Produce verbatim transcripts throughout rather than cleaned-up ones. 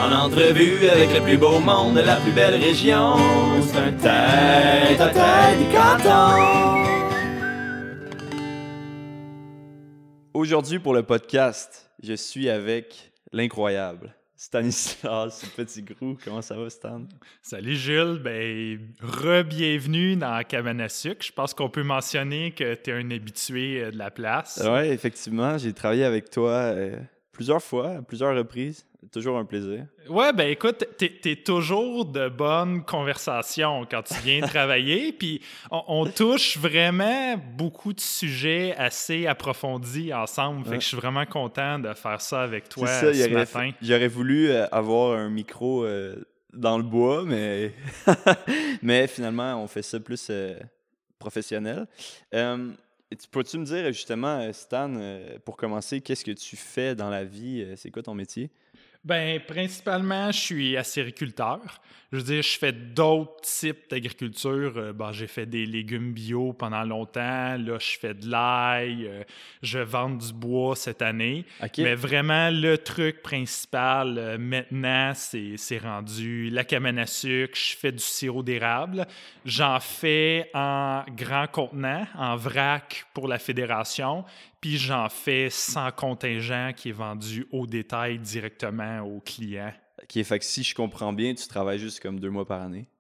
En entrevue avec le plus beau monde de la plus belle région, c'est un tête à tête du canton. Aujourd'hui, pour le podcast, je suis avec l'incroyable Stanislas Petitgrou. Comment ça va, Stan? Salut Jules, ben re-bienvenue dans Cabane à sucre. Je pense qu'on peut mentionner que tu es un habitué de la place. Oui, effectivement, j'ai travaillé avec toi euh, plusieurs fois, à plusieurs reprises. Toujours un plaisir. Ouais, ben écoute, t'es, t'es toujours de bonnes conversations quand tu viens travailler, puis on, on touche vraiment beaucoup de sujets assez approfondis ensemble. Fait ouais. que je suis vraiment content de faire ça avec toi ça, ce aurait, matin. J'aurais voulu euh, avoir un micro euh, dans le bois, mais mais finalement, on fait ça plus euh, professionnel. Euh, Peux-tu me dire justement, Stan, euh, pour commencer, qu'est-ce que tu fais dans la vie? C'est quoi ton métier? Ben, principalement, je suis acériculteur. Je veux dire, je fais d'autres types d'agriculture. Euh, ben, j'ai fait des légumes bio pendant longtemps. Là, je fais de l'ail. Euh, je vends du bois cette année. Okay. Mais vraiment, le truc principal euh, maintenant, c'est, c'est rendu la cabane à sucre. Je fais du sirop d'érable. J'en fais en grand contenant, en vrac pour la fédération. Puis j'en fais sans contingent qui est vendu au détail directement aux clients. OK, fait que si je comprends bien, tu travailles juste comme deux mois par année.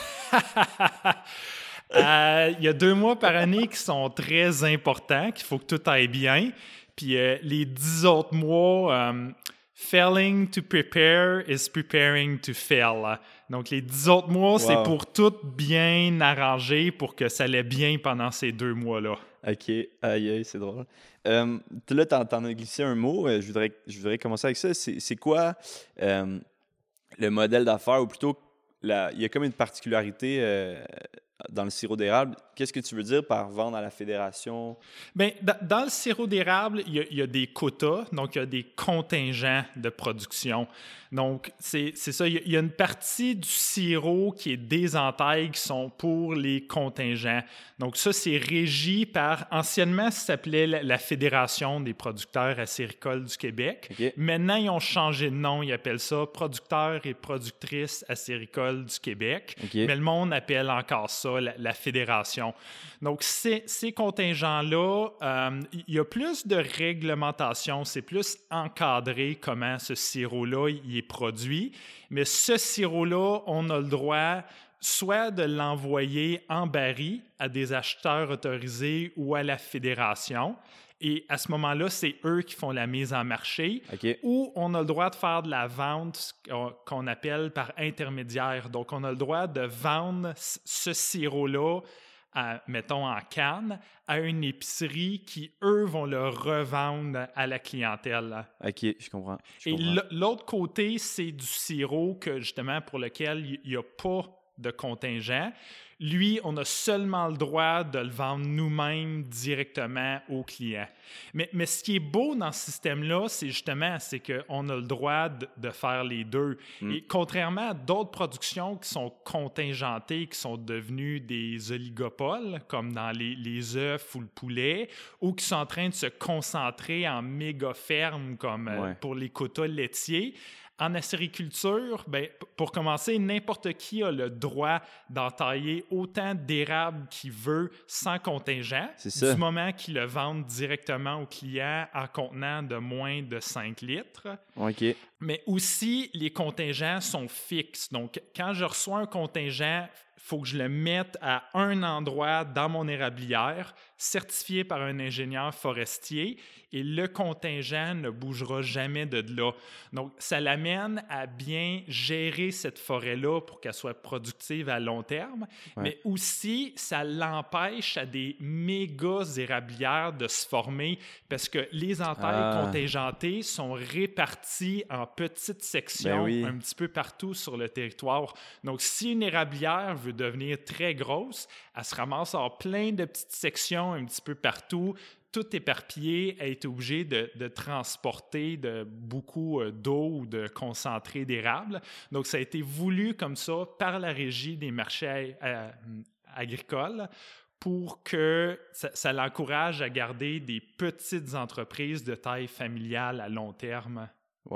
Il euh, y a deux mois par année qui sont très importants, qu'il faut que tout aille bien. Puis euh, les dix autres mois, um, failing to prepare is preparing to fail. Donc les dix autres mois, wow. C'est pour tout bien arranger pour que ça allait bien pendant ces deux mois-là. OK, aïe, aïe, c'est drôle. Euh, là, t'en, t'en as glissé un mot. Euh, je, voudrais, je voudrais commencer avec ça. C'est, c'est quoi euh, le modèle d'affaires, ou plutôt, la, il y a comme une particularité euh, dans le sirop d'érable. Qu'est-ce que tu veux dire par vendre à la fédération? Bien, dans le sirop d'érable, il y a, il y a des quotas, donc il y a des contingents de production. Donc, c'est, c'est ça, il y a une partie du sirop qui est des entailles qui sont pour les contingents. Donc, ça, c'est régi par, anciennement, ça s'appelait la Fédération des producteurs acéricoles du Québec. Okay. Maintenant, ils ont changé de nom, ils appellent ça Producteurs et productrices acéricoles du Québec. Okay. Mais le monde appelle encore ça la, la Fédération. Donc, ces, ces contingents-là, euh, il y a plus de réglementation, c'est plus encadré comment ce sirop-là il est produit. Mais ce sirop-là, on a le droit soit de l'envoyer en baril à des acheteurs autorisés ou à la fédération. Et à ce moment-là, c'est eux qui font la mise en marché. Okay. Ou on a le droit de faire de la vente qu'on appelle par intermédiaire. Donc, on a le droit de vendre ce sirop-là, à, mettons en canne, à une épicerie qui, eux, vont le revendre à la clientèle. OK, je comprends. Je Et comprends. l'autre côté, c'est du sirop que, justement, pour lequel il n'y a pas de contingent. Lui, on a seulement le droit de le vendre nous-mêmes directement aux clients. Mais, mais ce qui est beau dans ce système-là, c'est justement c'est qu'on a le droit de, de faire les deux. Mm. Et contrairement à d'autres productions qui sont contingentées, qui sont devenues des oligopoles, comme dans les, les œufs ou le poulet, ou qui sont en train de se concentrer en méga fermes, comme ouais. euh, pour les quotas laitiers, en acériculture, ben, pour commencer, n'importe qui a le droit d'entailler autant d'érables qu'il veut sans contingent, du moment qu'il le vende directement au client en contenant de moins de cinq litres. OK. Mais aussi, les contingents sont fixes. Donc, quand je reçois un contingent, il faut que je le mette à un endroit dans mon érablière, certifié par un ingénieur forestier, et le contingent ne bougera jamais de là. Donc, ça l'amène à bien gérer cette forêt-là pour qu'elle soit productive à long terme, ouais. Mais aussi, ça l'empêche à des méga érablières de se former parce que les entailles ah. contingentées sont réparties en petites sections ben oui. un petit peu partout sur le territoire. Donc, si une érablière veut devenir très grosse, elle se ramasse en plein de petites sections un petit peu partout, tout éparpillé, elle est obligée de, de transporter de, beaucoup d'eau ou de concentré d'érable. Donc, ça a été voulu comme ça par la Régie des marchés euh, agricoles pour que ça, ça l'encourage à garder des petites entreprises de taille familiale à long terme. Wow!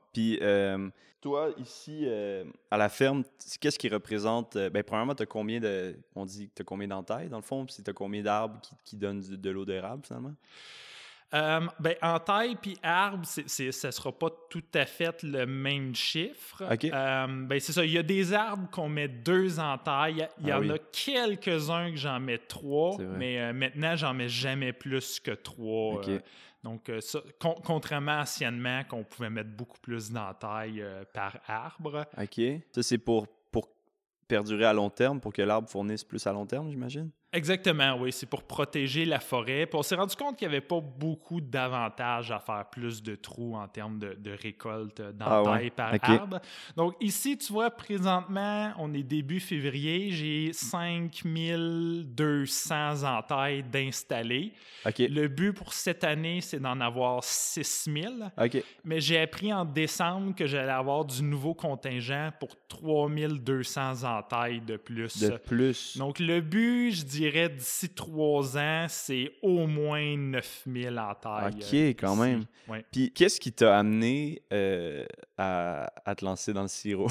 Puis, euh, toi, ici, euh, à la ferme, t- qu'est-ce qui représente... euh, ben, premièrement, tu as combien de... On dit que tu as combien d'entailles, dans le fond? Puis, tu as combien d'arbres qui, qui donnent du- de l'eau d'érable, finalement? Euh, ben, en taille puis arbre, c'est, c'est, ça sera pas tout à fait le même chiffre. OK. Euh, ben, c'est ça. Il y a des arbres qu'on met deux en taille. Il y Ah en oui. a quelques-uns que j'en mets trois, C'est vrai. mais euh, maintenant, j'en mets jamais plus que trois. OK. Euh, donc, euh, ça, con- contrairement à anciennement, qu'on pouvait mettre beaucoup plus d'entailles euh, par arbre. OK. Ça, c'est pour, pour perdurer à long terme, pour que l'arbre fournisse plus à long terme, j'imagine? Exactement, oui. C'est pour protéger la forêt. Puis on s'est rendu compte qu'il n'y avait pas beaucoup d'avantages à faire plus de trous en termes de, de récolte d'entailles Ah ouais? par OK. arbre. Donc ici, tu vois, présentement, on est début février, j'ai cinq mille deux cents entailles d'installées. OK. Le but pour cette année, c'est d'en avoir six mille. OK. Mais j'ai appris en décembre que j'allais avoir du nouveau contingent pour trois mille deux cents entailles de plus. De plus. Donc, le but, je dirais, d'ici trois ans, c'est au moins neuf mille entailles. OK, euh, quand ici. même. Ouais. Puis, qu'est-ce qui t'a amené euh, à, à te lancer dans le sirop?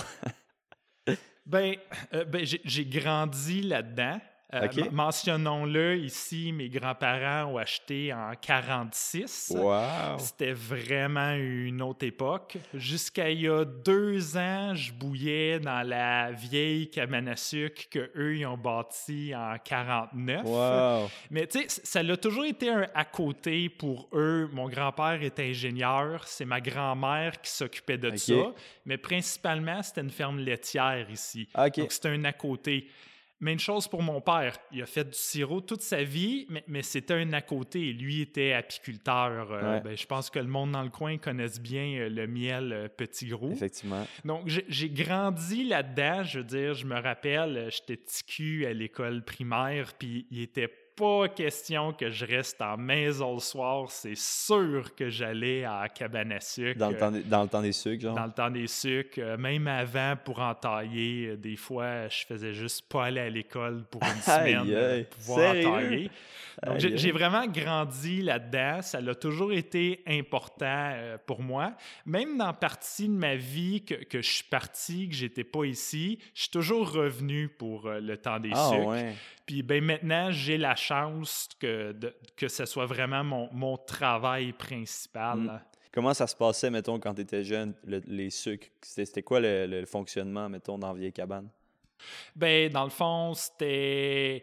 Ben, euh, ben j'ai, j'ai grandi là-dedans. Euh, OK. m- Mentionnons-le, ici, mes grands-parents ont acheté en quarante-six. Wow! C'était vraiment une autre époque. Jusqu'à il y a deux ans, je bouillais dans la vieille cabane à sucre qu'eux, ils ont bâtie en quarante-neuf. Wow! Mais tu sais, ça l'a toujours été un à côté pour eux. Mon grand-père est ingénieur, c'est ma grand-mère qui s'occupait de OK. ça. Mais principalement, c'était une ferme laitière ici. OK. Donc, c'était un à côté. Même chose pour mon père. Il a fait du sirop toute sa vie, mais, mais c'était un à côté. Lui était apiculteur. Euh, Ouais. ben, je pense que le monde dans le coin connaisse bien euh, le miel euh, petit gros. Effectivement. Donc, j'ai, j'ai grandi là-dedans. Je veux dire, je me rappelle, euh, j'étais petit cul à l'école primaire, puis il était pas question que je reste en maison le soir. C'est sûr que j'allais à la cabane à sucre. Dans le temps des, dans le temps des sucres, genre? Dans le temps des sucres, euh, même avant pour entailler, euh, des fois, je faisais juste pas aller à l'école pour une Aïe, semaine euh, aïe. pour pouvoir Sérieux? entailler. Donc, Aïe, j'ai, aïe. j'ai vraiment grandi là-dedans. Ça a toujours été important euh, pour moi. Même dans partie de ma vie que, que je suis parti, que j'étais pas ici, je suis toujours revenu pour euh, le temps des Ah, sucres. ouais. Puis ben, maintenant, j'ai la chance que, de- que ce soit vraiment mon, mon travail principal. Mm. Comment ça se passait, mettons, quand tu étais jeune, le- les sucres? C'était, c'était quoi le, le fonctionnement, mettons, dans la vieille cabane? Ben, dans le fond, c'était...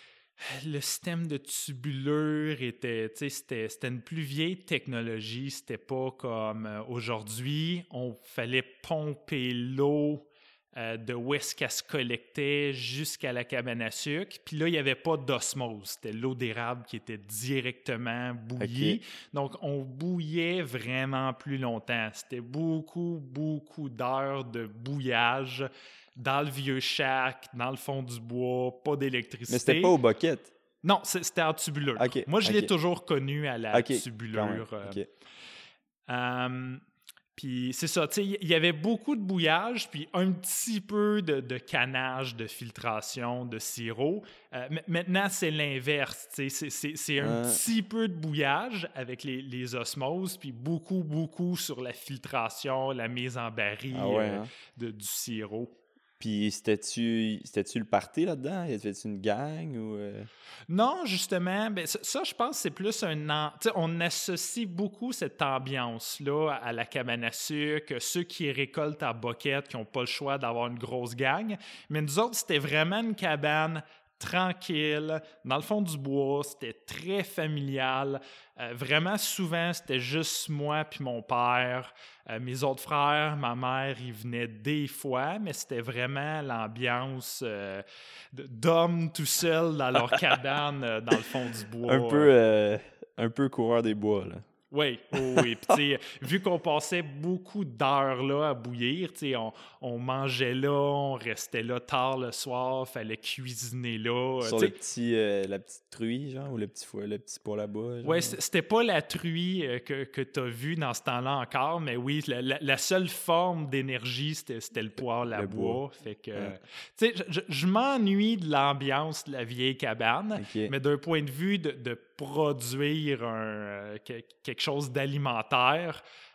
Le système de tubulure était, tu sais, c'était, c'était une plus vieille technologie. C'était pas comme euh, aujourd'hui. On fallait pomper l'eau euh, de où est-ce qu'elle se collectait jusqu'à la cabane à sucre. Puis là, il n'y avait pas d'osmose. C'était l'eau d'érable qui était directement bouillie. OK. Donc, on bouillait vraiment plus longtemps. C'était beaucoup, beaucoup d'heures de bouillage dans le vieux shack, dans le fond du bois, pas d'électricité. Mais c'était pas au bucket. Non, c'est- c'était en tubulure. OK, Moi, je l'ai OK. toujours connu à la OK, quand même. tubulure. euh, OK. euh, puis c'est ça, tu sais, il y avait beaucoup de bouillage, puis un petit peu de, de canage, de filtration, de sirop. Euh, m- maintenant, c'est l'inverse, tu sais, c'est- c'est c'est un Ah. petit peu de bouillage avec les, les osmoses, puis beaucoup, beaucoup sur la filtration, la mise en baril Ah ouais, euh, hein? de, du sirop. Puis c'était-tu, c'était-tu le party là-dedans? Y avait-tu une gang ou... euh? Non, justement, ben ça, ça, je pense, c'est plus un... an- tu sais, on associe beaucoup cette ambiance-là à la cabane à sucre, ceux qui récoltent à boquette, qui n'ont pas le choix d'avoir une grosse gang. Mais nous autres, c'était vraiment une cabane tranquille, dans le fond du bois, c'était très familial. Euh, vraiment, souvent, c'était juste moi puis mon père. Euh, mes autres frères, ma mère, ils venaient des fois, mais c'était vraiment l'ambiance euh, de- d'hommes tout seuls dans leur cabane, euh, dans le fond du bois. Un peu, euh, un peu coureur des bois, là. Oui, oui, oui. Puis, tu sais, vu qu'on passait beaucoup d'heures là à bouillir, tu sais, on, on mangeait là, on restait là tard le soir, fallait cuisiner là. Sur tu le sais. petit, euh, la petite truie, genre, ou le petit, fouet, le petit poêle à bois, genre. Ouais, c- c'était pas la truie euh, que, que tu as vue dans ce temps-là encore, mais oui, la, la- la seule forme d'énergie, c'était, c'était le poêle à Le bois. bois. Fait que, Ouais. euh, tu sais, je, je- je m'ennuie de l'ambiance de la vieille cabane, OK. mais d'un point de vue de, de produire un, euh, que- quelque chose d'alimentaire,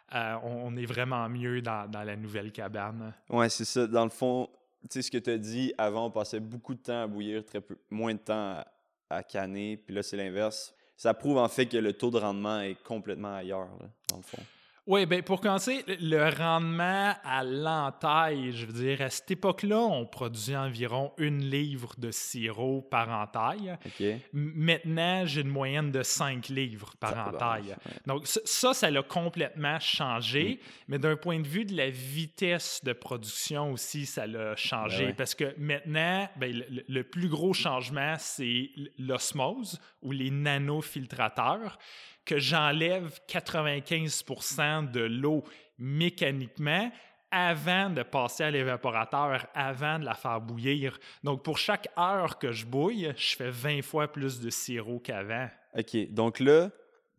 euh, on, on est vraiment mieux dans, dans la nouvelle cabane. Ouais, c'est ça. Dans le fond, tu sais, ce que tu as dit, avant, on passait beaucoup de temps à bouillir, très peu, moins de temps à, à canner, puis là, c'est l'inverse. Ça prouve en fait que le taux de rendement est complètement ailleurs, là, dans le fond. Oui, bien, pour commencer, le rendement à l'entaille, je veux dire, à cette époque-là, on produisait environ une livre de sirop par entaille. OK. Maintenant, j'ai une moyenne de cinq livres par Ça, entaille. ouais. Donc, ça, ça l'a complètement changé. Mm. Mais d'un point de vue de la vitesse de production aussi, ça l'a changé. Ben ouais. Parce que maintenant, ben, le, le plus gros changement, c'est l'osmose ou les nanofiltrateurs, que j'enlève quatre-vingt-quinze pour cent de l'eau mécaniquement avant de passer à l'évaporateur, avant de la faire bouillir. Donc, pour chaque heure que je bouille, je fais vingt fois plus de sirop qu'avant. OK. Donc là,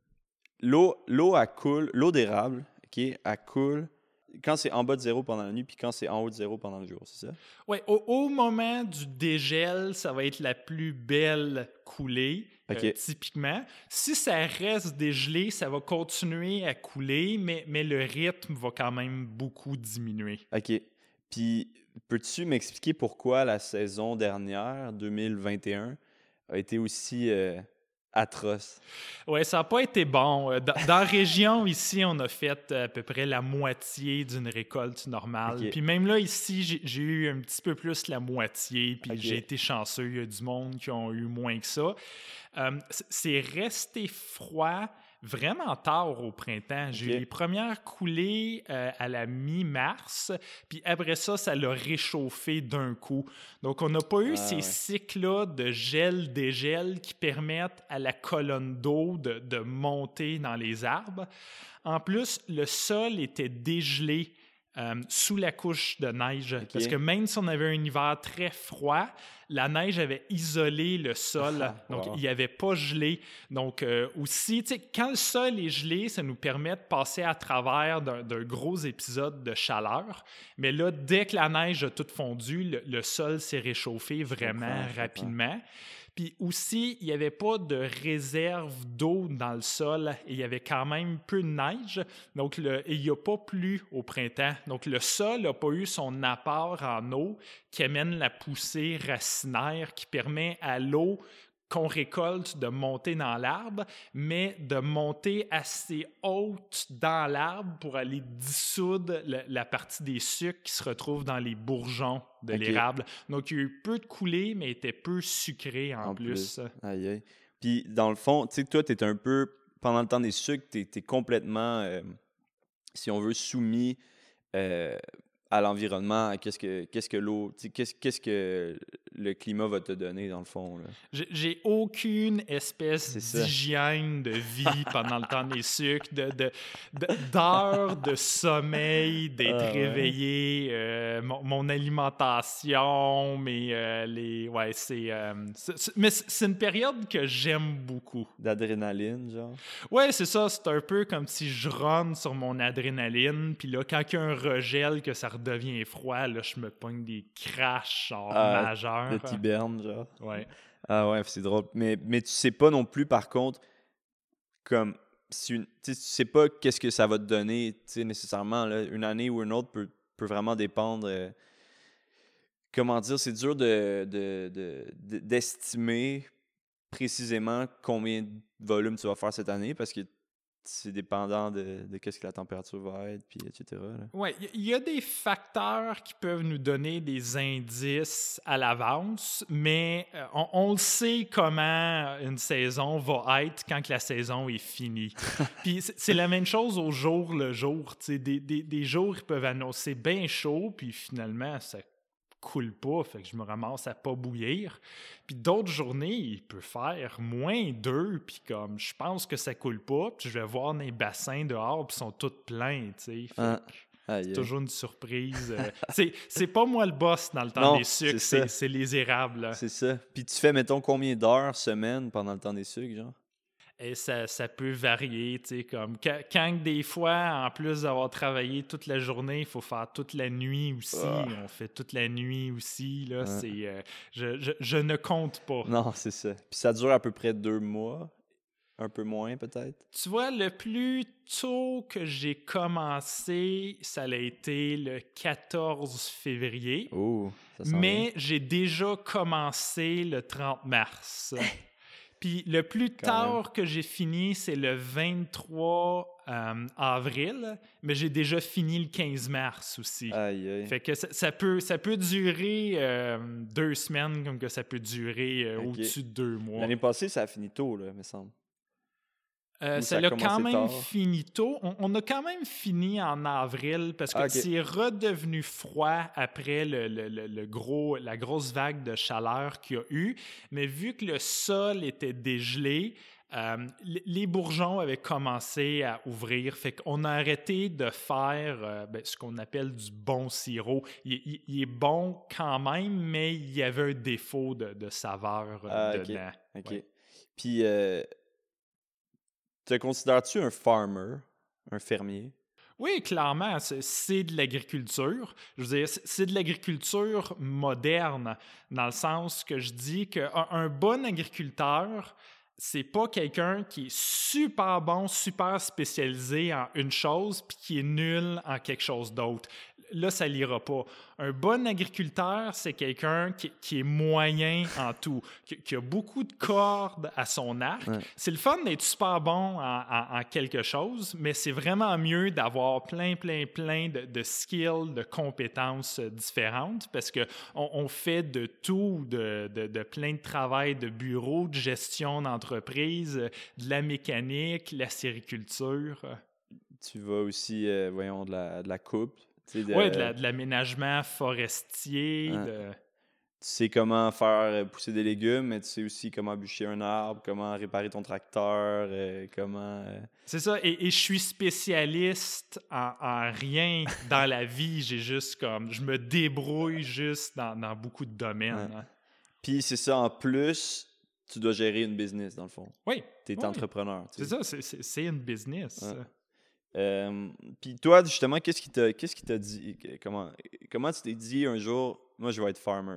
l'eau, l'eau, elle coule, l'eau d'érable, OK, elle coule quand c'est en bas de zéro pendant la nuit, puis quand c'est en haut de zéro pendant le jour, c'est ça? Oui, au, au moment du dégel, ça va être la plus belle coulée, okay. euh, typiquement. Si ça reste dégelé, ça va continuer à couler, mais, mais le rythme va quand même beaucoup diminuer. OK. Puis, peux-tu m'expliquer pourquoi la saison dernière, deux mille vingt et un, a été aussi... Euh... atroce. Oui, ça n'a pas été bon. Dans, dans la région, ici, on a fait à peu près la moitié d'une récolte normale. Okay. Puis même là, ici, j'ai, j'ai eu un petit peu plus la moitié, puis okay. j'ai été chanceux. Il y a du monde qui ont eu moins que ça. Euh, c'est resté froid vraiment tard au printemps. J'ai okay. eu les premières coulées euh, à la mi-mars, puis après ça, ça l'a réchauffé d'un coup. Donc, on n'a pas eu ah, ces ouais. cycles-là de gel-dégel qui permettent à la colonne d'eau de, de monter dans les arbres. En plus, le sol était dégelé euh, sous la couche de neige, okay. parce que même si on avait un hiver très froid, la neige avait isolé le sol, ah, donc wow. il n'y avait pas gelé. Donc euh, aussi, tu sais, quand le sol est gelé, ça nous permet de passer à travers d'un, d'un gros épisode de chaleur. Mais là, dès que la neige a tout fondu, le, le sol s'est réchauffé vraiment comprends, rapidement. Puis aussi, il n'y avait pas de réserve d'eau dans le sol et il y avait quand même peu de neige. Donc, le, il n'y a pas plu au printemps. Donc, le sol n'a pas eu son apport en eau qui amène la poussée racinaire qui permet à l'eau qu'on récolte de monter dans l'arbre, mais de monter assez haute dans l'arbre pour aller dissoudre la, la partie des sucres qui se retrouvent dans les bourgeons de okay. l'érable. Donc, il y a eu peu de coulées, mais il était peu sucré en, en plus. plus. Aïe, aïe. Puis, dans le fond, tu sais, toi, tu es un peu, pendant le temps des sucres, tu es complètement, euh, si on veut, soumis euh, à l'environnement, à qu'est-ce que, qu'est-ce que l'eau, qu'est-ce, qu'est-ce que le climat va te donner, dans le fond. Là. J'ai, j'ai aucune espèce d'hygiène de vie pendant le temps des sucres, de, de, de, d'heures de sommeil, d'être ah, réveillé, ouais. euh, mon, mon alimentation, mais euh, les... Ouais, c'est, euh, c'est, c'est... Mais c'est une période que j'aime beaucoup. D'adrénaline, genre? Ouais, c'est ça. C'est un peu comme si je run sur mon adrénaline, puis là, quand il y a un regel, que ça redevient froid, là, je me pogne des crashs, genre, ah, majeurs. De t'hiberne, genre. Ouais. Ah ouais, c'est drôle. Mais, mais tu sais pas non plus, par contre, comme, si une, tu sais pas qu'est-ce que ça va te donner, tu sais, nécessairement, là, une année ou une autre peut, peut vraiment dépendre. Euh, comment dire, c'est dur de, de, de, de, d'estimer précisément combien de volume tu vas faire cette année, parce que c'est dépendant de, de qu'est-ce que la température va être, puis et cetera. Oui, il y a des facteurs qui peuvent nous donner des indices à l'avance, mais on, on le sait comment une saison va être quand la saison est finie. Puis c'est, c'est la même chose au jour le jour. Des, des, des jours, ils peuvent annoncer bien chaud, puis finalement, ça coule pas, fait que je me ramasse à pas bouillir. Puis d'autres journées, il peut faire moins deux, puis comme je pense que ça coule pas, puis je vais voir les bassins dehors, puis ils sont tous pleins, tu sais. Ah, c'est aïe, toujours une surprise. euh, c'est, c'est pas moi le boss dans le temps non, des sucres, c'est, c'est, c'est les érables. Là. C'est ça. Puis tu fais, mettons, combien d'heures, semaine, pendant le temps des sucres, genre? Et ça, ça peut varier, tu sais, comme quand, quand des fois, en plus d'avoir travaillé toute la journée, il faut faire toute la nuit aussi. Oh. On fait toute la nuit aussi, là, ouais. c'est... Euh, je, je, je ne compte pas. Non, c'est ça. Puis ça dure à peu près deux mois, Un peu moins, peut-être? Tu vois, le plus tôt que j'ai commencé, ça a été le quatorze février. Oh, ça sent Mais bien. j'ai déjà commencé le trente mars. Puis le plus Quand tard même. que j'ai fini, c'est le vingt-trois euh, avril, mais j'ai déjà fini le quinze mars aussi. Aïe, aïe. Fait que ça, ça peut, ça peut durer euh, deux semaines, comme que ça peut durer euh, Ok. au-dessus de deux mois. L'année passée, ça a fini tôt, là, me semble. Euh, Ou ça ça a l'a commencé quand même tard? fini tôt. On, on a quand même fini en avril parce que Ah, ok. c'est redevenu froid après le, le- le- le gros, la grosse vague de chaleur qu'il y a eu. Mais vu que le sol était dégelé, euh, l- les bourgeons avaient commencé à ouvrir. Fait qu'on a arrêté de faire euh, ben, ce qu'on appelle du bon sirop. Il, il- il est bon quand même, mais il y avait un défaut de, de saveur euh, Ah, ok. dedans. OK. Ouais. Puis, euh, te considères-tu un farmer, un fermier? Oui, clairement, c'est, c'est de l'agriculture. Je veux dire, c'est, c'est de l'agriculture moderne, dans le sens que je dis qu'un un bon agriculteur, c'est pas quelqu'un qui est super bon, super spécialisé en une chose, puis qui est nul en quelque chose d'autre. Là, ça l'ira pas. Un bon agriculteur, c'est quelqu'un qui, qui est moyen en tout, qui, qui a beaucoup de cordes à son arc. Ouais. C'est le fun d'être super bon en, en- en quelque chose, mais c'est vraiment mieux d'avoir plein, plein, plein de, de skills, de compétences euh, différentes parce qu'on on fait de tout, de, de, de plein de travail de bureau, de gestion d'entreprise, euh, de la mécanique, la sériculture. Tu vas aussi, euh, voyons, de la, de la coupe. Tu sais, de- Oui, de, la- de l'aménagement forestier. Ouais. de- Tu sais comment faire pousser des légumes, mais tu sais aussi comment bûcher un arbre, comment réparer ton tracteur, euh, comment... euh, C'est ça. Et, et je suis spécialiste en, en rien dans la vie. J'ai juste comme... Je me débrouille juste dans, dans beaucoup de domaines. Ouais. hein. Puis c'est ça, en plus, tu dois gérer une business, dans le fond. Oui. Tu es oui. entrepreneur. tu C'est sais. ça. C'est, c'est, c'est une business. Ouais. Euh, Puis toi, justement, qu'est-ce qui t'a qu'est-ce qui t'a dit? que- Comment, comment tu t'es dit un jour, moi, je vais être farmer?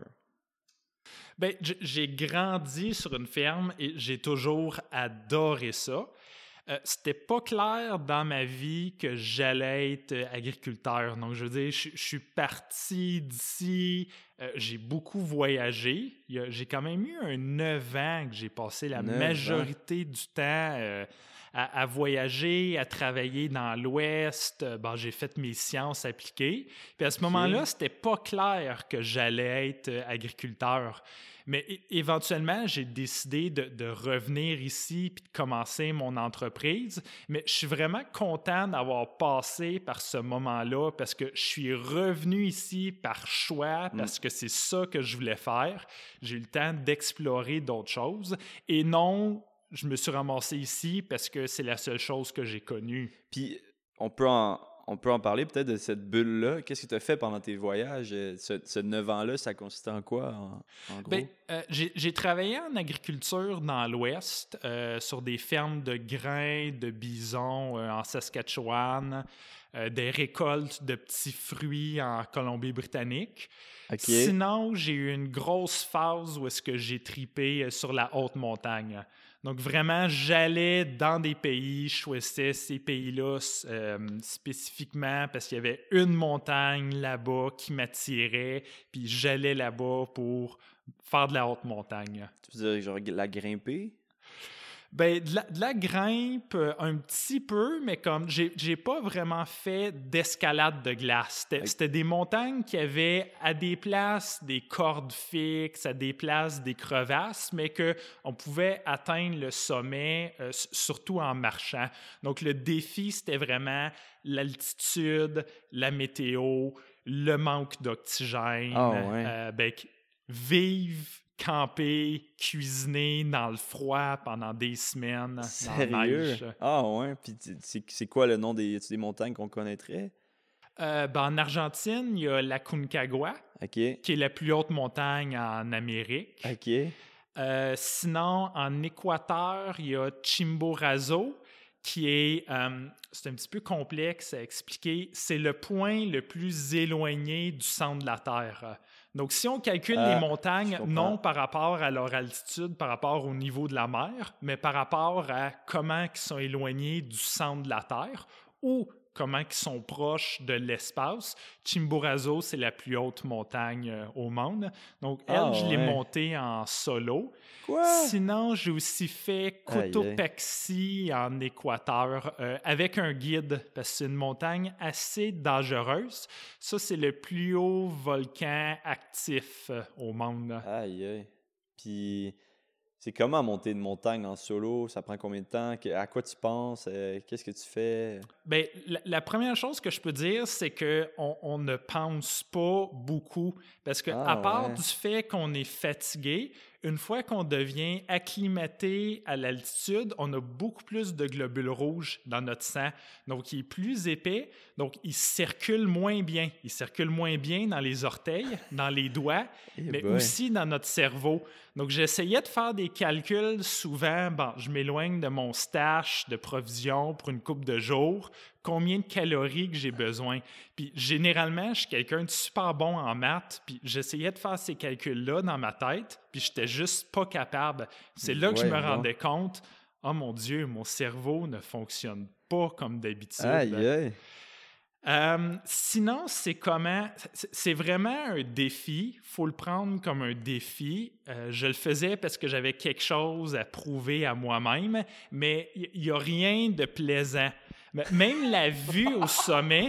Ben, j- j'ai grandi sur une ferme et j'ai toujours adoré ça. Euh, c'était pas clair dans ma vie que j'allais être agriculteur. Donc, je veux dire, je, je suis parti d'ici, euh, j'ai beaucoup voyagé. Il y a- j'ai quand même eu un neuf ans que j'ai passé la Neuf ans. majorité du temps euh, à, à voyager, à travailler dans l'Ouest. Euh, Bon, j'ai fait mes sciences appliquées. Puis à ce moment-là, c'était pas clair que j'allais être euh, agriculteur. Mais é- éventuellement, j'ai décidé de, de revenir ici puis de commencer mon entreprise. Mais je suis vraiment content d'avoir passé par ce moment-là parce que je suis revenu ici par choix, parce que c'est ça que je voulais faire. J'ai eu le temps d'explorer d'autres choses. Et non, je me suis ramassé ici parce que c'est la seule chose que j'ai connue. Puis on peut en, on peut en parler peut-être de cette bulle-là. Qu'est-ce que tu as fait pendant tes voyages? Euh, Ce, ce neuf ans-là, ça consistait en quoi, en, en gros? Ben, euh, j'ai, j'ai travaillé en agriculture dans l'Ouest, euh, sur des fermes de grains, de bisons euh, en Saskatchewan, euh, des récoltes de petits fruits en Colombie-Britannique. OK. Sinon, j'ai eu une grosse phase où est-ce que j'ai tripé euh, sur la haute montagne. Donc vraiment, j'allais dans des pays, je choisissais ces pays-là euh, spécifiquement parce qu'il y avait une montagne là-bas qui m'attirait, puis j'allais là-bas pour faire de la haute montagne. Tu veux dire, genre, la grimper? Ben, de la, de la grimpe, euh, un petit peu, mais comme j'ai, j'ai pas vraiment fait d'escalade de glace. C'était, Ok. c'était des montagnes qui avaient à des places des cordes fixes, à des places des crevasses, mais qu'on pouvait atteindre le sommet, euh, s- surtout en marchant. Donc, le défi, c'était vraiment l'altitude, la météo, le manque d'oxygène. Ah ouais. euh, ben, qu- vivre, camper, cuisiner dans le froid pendant des semaines, dans la Sérieux? neige. Ah ouais. Puis tu- c'est c'est quoi le nom des, des montagnes qu'on connaîtrait? Euh, ben, en Argentine, il y a la Concagua, OK. qui est la plus haute montagne en Amérique. OK. Euh, sinon, en Équateur, il y a Chimborazo, qui est, euh, c'est un petit peu complexe à expliquer, c'est le point le plus éloigné du centre de la Terre. Donc, si on calcule Ah, les je montagnes, comprends. non par rapport à leur altitude, par rapport au niveau de la mer, mais par rapport à comment ils sont éloignés du centre de la Terre ou comment ils sont proches de l'espace. Chimborazo, c'est la plus haute montagne euh, au monde. Donc, elle, Ah, je l'ai ouais. montée en solo. Quoi? Sinon, j'ai aussi fait Aïe, aïe. Cotopaxi en Équateur euh, avec un guide, parce que c'est une montagne assez dangereuse. Ça, c'est le plus haut volcan actif euh, au monde. Aïe, aïe. Puis, c'est comment monter une montagne en solo? Ça prend combien de temps? Que- À quoi tu penses? Euh, Qu'est-ce que tu fais? Ben, la, la première chose que je peux dire, c'est qu'on on ne pense pas beaucoup. Parce que, Ah, à part ouais. du fait qu'on est fatigué, une fois qu'on devient acclimaté à l'altitude, on a beaucoup plus de globules rouges dans notre sang. Donc, il est plus épais, donc il circule moins bien. Il circule moins bien dans les orteils, dans les doigts, Eh mais boy. aussi dans notre cerveau. Donc, j'essayais de faire des calculs souvent. Bon, je m'éloigne de mon stash de provisions pour une couple de jours. Combien de calories que j'ai besoin. Puis généralement, je suis quelqu'un de super bon en maths, puis j'essayais de faire ces calculs-là dans ma tête, puis j'étais juste pas capable. C'est là que je me Voyons donc. rendais compte, oh mon Dieu, mon cerveau ne fonctionne pas comme d'habitude. Aïe, aïe. Euh, sinon, c'est comment... c'est- C'est vraiment un défi. Il faut le prendre comme un défi. Euh, je le faisais parce que j'avais quelque chose à prouver à moi-même, mais il n'y a rien de plaisant. Mais même la vue au sommet...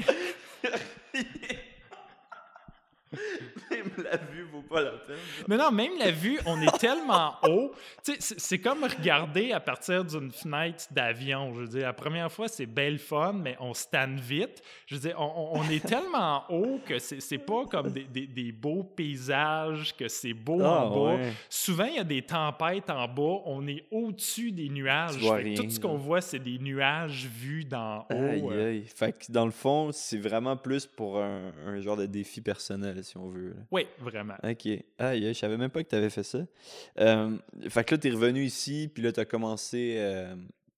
Même la vue vaut pas la peine. Non, non, même la vue, on est tellement haut. Tu sais, c'est, c'est comme regarder à partir d'une fenêtre d'avion. Je veux dire, la première fois, c'est belle fun, mais on se tanne vite. Je veux dire, on, on est tellement haut que c'est, c'est pas comme des, des, des beaux paysages, que c'est beau Ah, en bas. ouais. Souvent, il y a des tempêtes en bas. On est au-dessus des nuages. Tu vois Fait que rien, tout ce qu'on là. voit, c'est des nuages vus d'en haut. Aïe, Euh, aïe. Fait que dans le fond, c'est vraiment plus pour un, un genre de défi personnel, si on veut. là. Oui, vraiment. OK. Aïe, aïe, je savais même pas que tu avais fait ça. Euh, fait que là, tu es revenu ici, puis là, tu as commencé. Euh,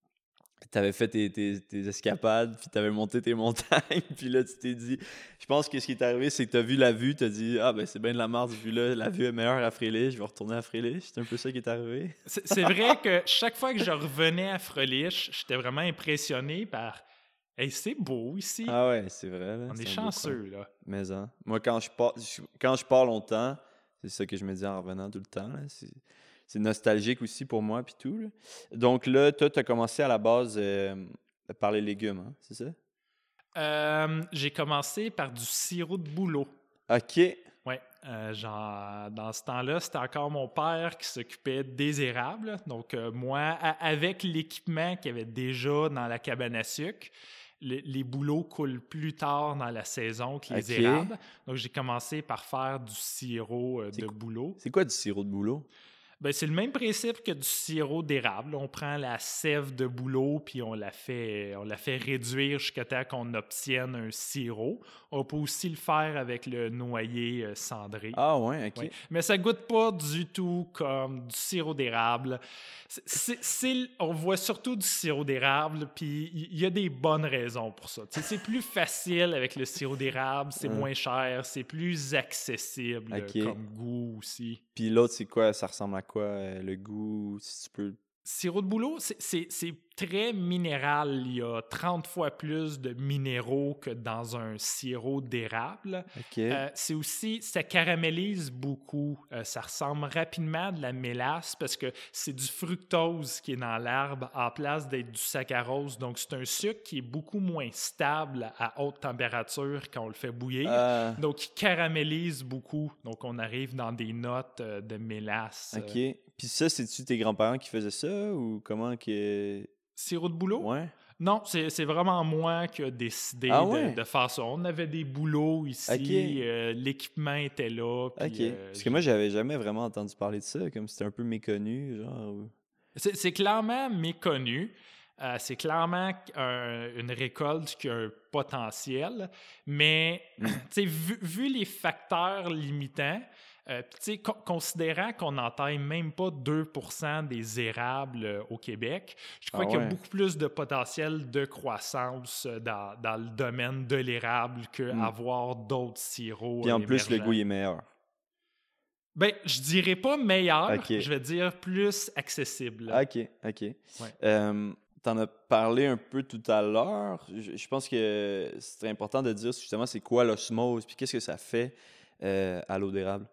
tu avais fait tes, tes- tes escapades, puis tu avais monté tes montagnes, puis là, tu t'es dit. Je pense que ce qui est arrivé, c'est que tu as vu la vue, tu as dit ah, ben c'est bien de la merde, vue là, la vue est meilleure à Frélich, je vais retourner à Frélich. C'est un peu ça qui est arrivé. C'est c'est vrai que chaque fois que je revenais à Frelich, j'étais vraiment impressionné par hey, c'est beau ici. Ah ouais, c'est vrai. Là, On est c'est un beau coin. chanceux, là. Mais hein. Moi, quand je pars, je- quand je pars longtemps, c'est ça que je me dis en revenant tout le temps. là, C'est, c'est nostalgique aussi pour moi, puis tout. là. Donc là, toi, tu as commencé à la base euh, par les légumes, hein, c'est ça? Euh, j'ai commencé par du sirop de bouleau. OK. Ouais, euh, genre, dans ce temps-là, c'était encore mon père qui s'occupait des érables. Donc, euh, moi, a- avec l'équipement qu'il y avait déjà dans la cabane à sucre, le- les bouleaux coulent plus tard dans la saison que les OK. érables. Donc, j'ai commencé par faire du sirop euh, C'est de quoi- bouleau. C'est quoi du sirop de bouleau? Ben, c'est le même principe que du sirop d'érable. On prend la sève de bouleau puis on la fait, on la fait réduire jusqu'à temps qu'on obtienne un sirop. On peut aussi le faire avec le noyer euh, cendré. Ah ouais, OK. Oui. Mais ça goûte pas du tout comme du sirop d'érable. C'est, c'est- c'est- on voit surtout du sirop d'érable, puis il y, y a des bonnes raisons pour ça. Tu sais, c'est plus facile avec le sirop d'érable, c'est Hum. moins cher, c'est plus accessible euh, Ok. comme goût aussi. Puis l'autre, c'est quoi? Ça ressemble à quoi? euh, le goût, si tu peux... Sirop de bouleau, c'est, c'est- c'est très minéral. Il y a trente fois plus de minéraux que dans un sirop d'érable. OK. Euh, c'est aussi, ça caramélise beaucoup. Euh, ça ressemble rapidement à de la mélasse parce que c'est du fructose qui est dans l'arbre en place d'être du saccharose. Donc, c'est un sucre qui est beaucoup moins stable à haute température quand on le fait bouillir. Ah, Donc, il caramélise beaucoup. Donc, on arrive dans des notes euh, de mélasse. OK. Euh, Puis ça, c'est-tu tes grands-parents qui faisaient ça ou comment que... sirop de bouleau? Ouais. Non, c'est, c'est vraiment moi qui ai décidé Ah de- ouais? de, faire ça. On avait des boulots ici, Ok. euh, l'équipement était là. puis, OK. euh, Parce que moi, j'avais jamais vraiment entendu parler de ça, comme c'était un peu méconnu, genre... ou- c'est, c'est clairement méconnu. Euh, c'est clairement un- une récolte qui a un potentiel, mais Mm. tu sais, vu, vu les facteurs limitants, euh, puis, tu sais, con- considérant qu'on n'entaille même pas deux pour cent des érables euh, au Québec, je crois Ah qu'il y a ouais. beaucoup plus de potentiel de croissance euh, dans, dans le domaine de l'érable qu'avoir Mm. d'autres sirops. Puis en euh, plus, le émergents. goût il est meilleur. Ben, je dirais pas meilleur, Ok. je vais dire plus accessible. Ah, OK, OK. Ouais. Euh, t'en as parlé un peu tout à l'heure. Je, je pense que c'est important de dire justement c'est quoi l'osmose, puis qu'est-ce que ça fait euh, à l'eau d'érable.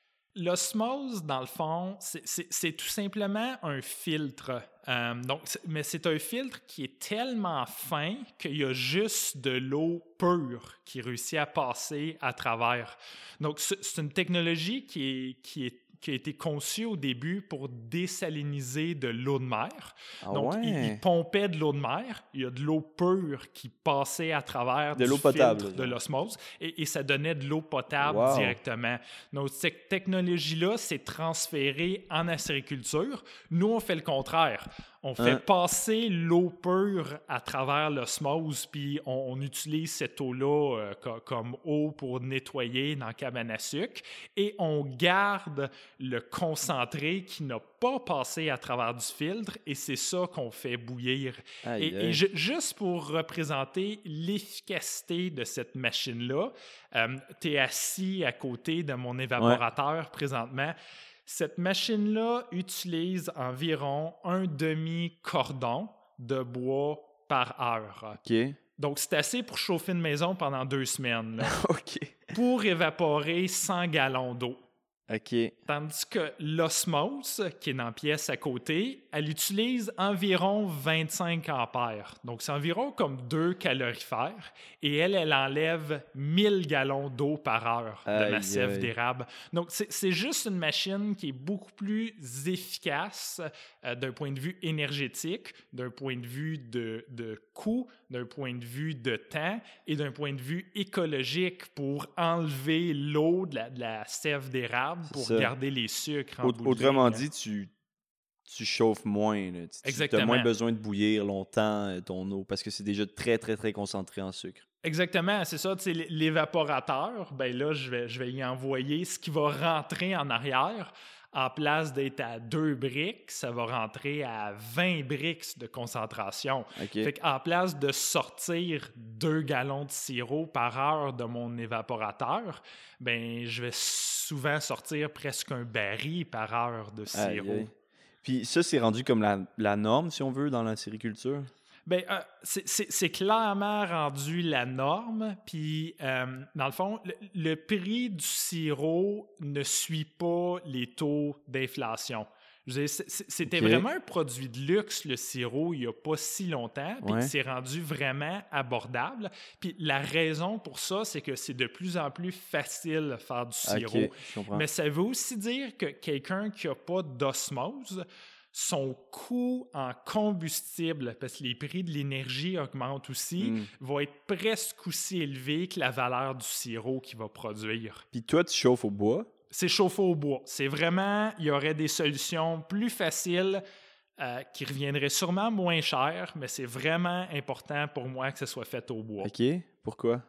L'osmose, dans le fond, c'est- c'est c'est tout simplement un filtre. Euh, donc, c'est- mais c'est un filtre qui est tellement fin qu'il y a juste de l'eau pure qui réussit à passer à travers. Donc, c'est c'est une technologie qui, est, qui, est, qui a été conçue au début pour désaliniser de l'eau de mer. Ah Donc, il, il ouais? pompait de l'eau de mer, il y a de l'eau pure qui passait à travers De du l'eau potable, filtre de genre. l'osmose et, et ça donnait de l'eau potable Wow. directement. Donc, cette technologie-là s'est transférée en acériculture. Nous, on fait le contraire. On fait Hein? passer l'eau pure à travers l'osmose, puis on, on utilise cette eau-là euh, co- comme eau pour nettoyer dans la cabane à sucre, et on garde le concentré qui n'a pas passé à travers du filtre, et c'est ça qu'on fait bouillir. Aïe, Et, aïe. et ju- juste pour représenter l'efficacité de cette machine-là, euh, tu es assis à côté de mon évaporateur présentement. Cette machine-là utilise environ un demi-cordon de bois par heure. OK. Donc, c'est assez pour chauffer une maison pendant deux semaines, là, OK. pour évaporer cent gallons d'eau. OK. Tandis que l'osmose, qui est dans la pièce à côté, elle utilise environ vingt-cinq ampères. Donc, c'est environ comme deux calorifères. Et elle, elle enlève mille gallons d'eau par heure de Aïe, ma sève aïe. d'érable. Donc, c'est c'est juste une machine qui est beaucoup plus efficace euh, d'un point de vue énergétique, d'un point de vue de, de coût, d'un point de vue de temps et d'un point de vue écologique pour enlever l'eau de la, de la sève d'érable pour ça. garder les sucres en Aut- bout de autrement ligne. dit, tu, tu chauffes moins. Tu as Exactement. moins besoin de bouillir longtemps euh, ton eau parce que c'est déjà très, très, très concentré en sucre. Exactement, c'est ça. Tu sais, l'évaporateur, ben là, je vais, je vais y envoyer ce qui va rentrer en arrière. En place d'être à deux briques, ça va rentrer à vingt briques de concentration. OK. Fait qu'en place de sortir deux gallons de sirop par heure de mon évaporateur, ben je vais souvent sortir presque un baril par heure de Aïe, sirop. aïe. Puis ça, c'est rendu comme la, la norme, si on veut, dans la sériculture. Ben, euh, c'est- c'est c'est clairement rendu la norme. Puis, euh, dans le fond, le, le prix du sirop ne suit pas les taux d'inflation. Je veux dire, c'est- c'est- C'était Ok. vraiment un produit de luxe, le sirop, il n'y a pas si longtemps. Puis, Ouais. c'est rendu vraiment abordable. Puis, la raison pour ça, c'est que c'est de plus en plus facile de faire du sirop. OK, je comprends. Mais ça veut aussi dire que quelqu'un qui n'a pas d'osmose, son coût en combustible, parce que les prix de l'énergie augmentent aussi, Mm. va être presque aussi élevé que la valeur du sirop qu'il va produire. Puis toi, tu chauffes au bois. C'est chauffé au bois. C'est vraiment, il y aurait des solutions plus faciles euh, qui reviendraient sûrement moins chères, mais c'est vraiment important pour moi que ce soit fait au bois. OK. Pourquoi?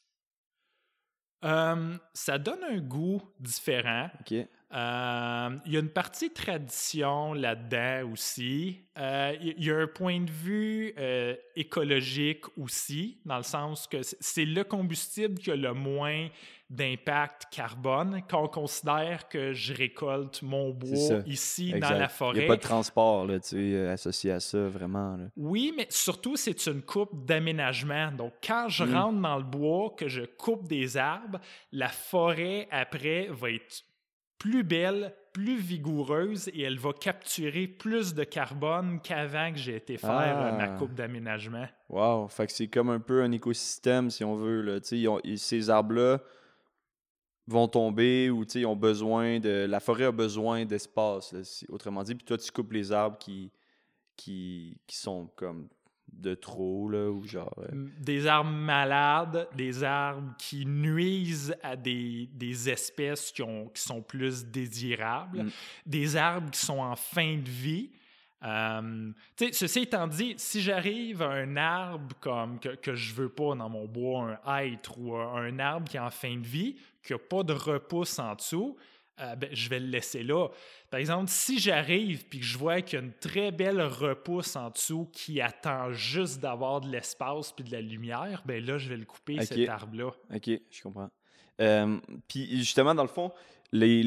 Euh, ça donne un goût différent. OK. Euh, il y a une partie tradition là-dedans aussi. Euh, il y a un point de vue euh, écologique aussi, dans le sens que c- c'est le combustible qui a le moins d'impact carbone quand on considère que je récolte mon C'est bois ça. ici Exact. dans la Il forêt. n'y a pas de transport là, tu sais, euh, associé à ça, vraiment. Là. Oui, mais surtout, c'est une coupe d'aménagement. Donc, quand je Mm. rentre dans le bois, que je coupe des arbres, la forêt, après, va être plus belle, plus vigoureuse et elle va capturer plus de carbone qu'avant que j'ai été faire Ah. euh, ma coupe d'aménagement. Wow. Fait que c'est comme un peu un écosystème, si on veut. Là. Tu sais, ils ont- ils- ces arbres-là vont tomber ou tu sais, ils ont besoin de. La forêt a besoin d'espace, là, si- autrement dit. Puis toi, tu coupes les arbres qui, qui, qui sont comme de trop, là, ou genre. euh, Des arbres malades, des arbres qui nuisent à des, des espèces qui, ont, qui sont plus désirables, Mm. des arbres qui sont en fin de vie. Euh, tu sais, ceci étant dit, si j'arrive à un arbre comme que, que je veux pas dans mon bois, un hêtre ou un, un arbre qui est en fin de vie, qui n'a pas de repousse en dessous, euh, ben, je vais le laisser là. Par exemple, si j'arrive et que je vois qu'il y a une très belle repousse en dessous qui attend juste d'avoir de l'espace puis de la lumière, ben là, je vais le couper, Ok. cet arbre-là. OK, je comprends. Euh, Puis justement, dans le fond, les, les,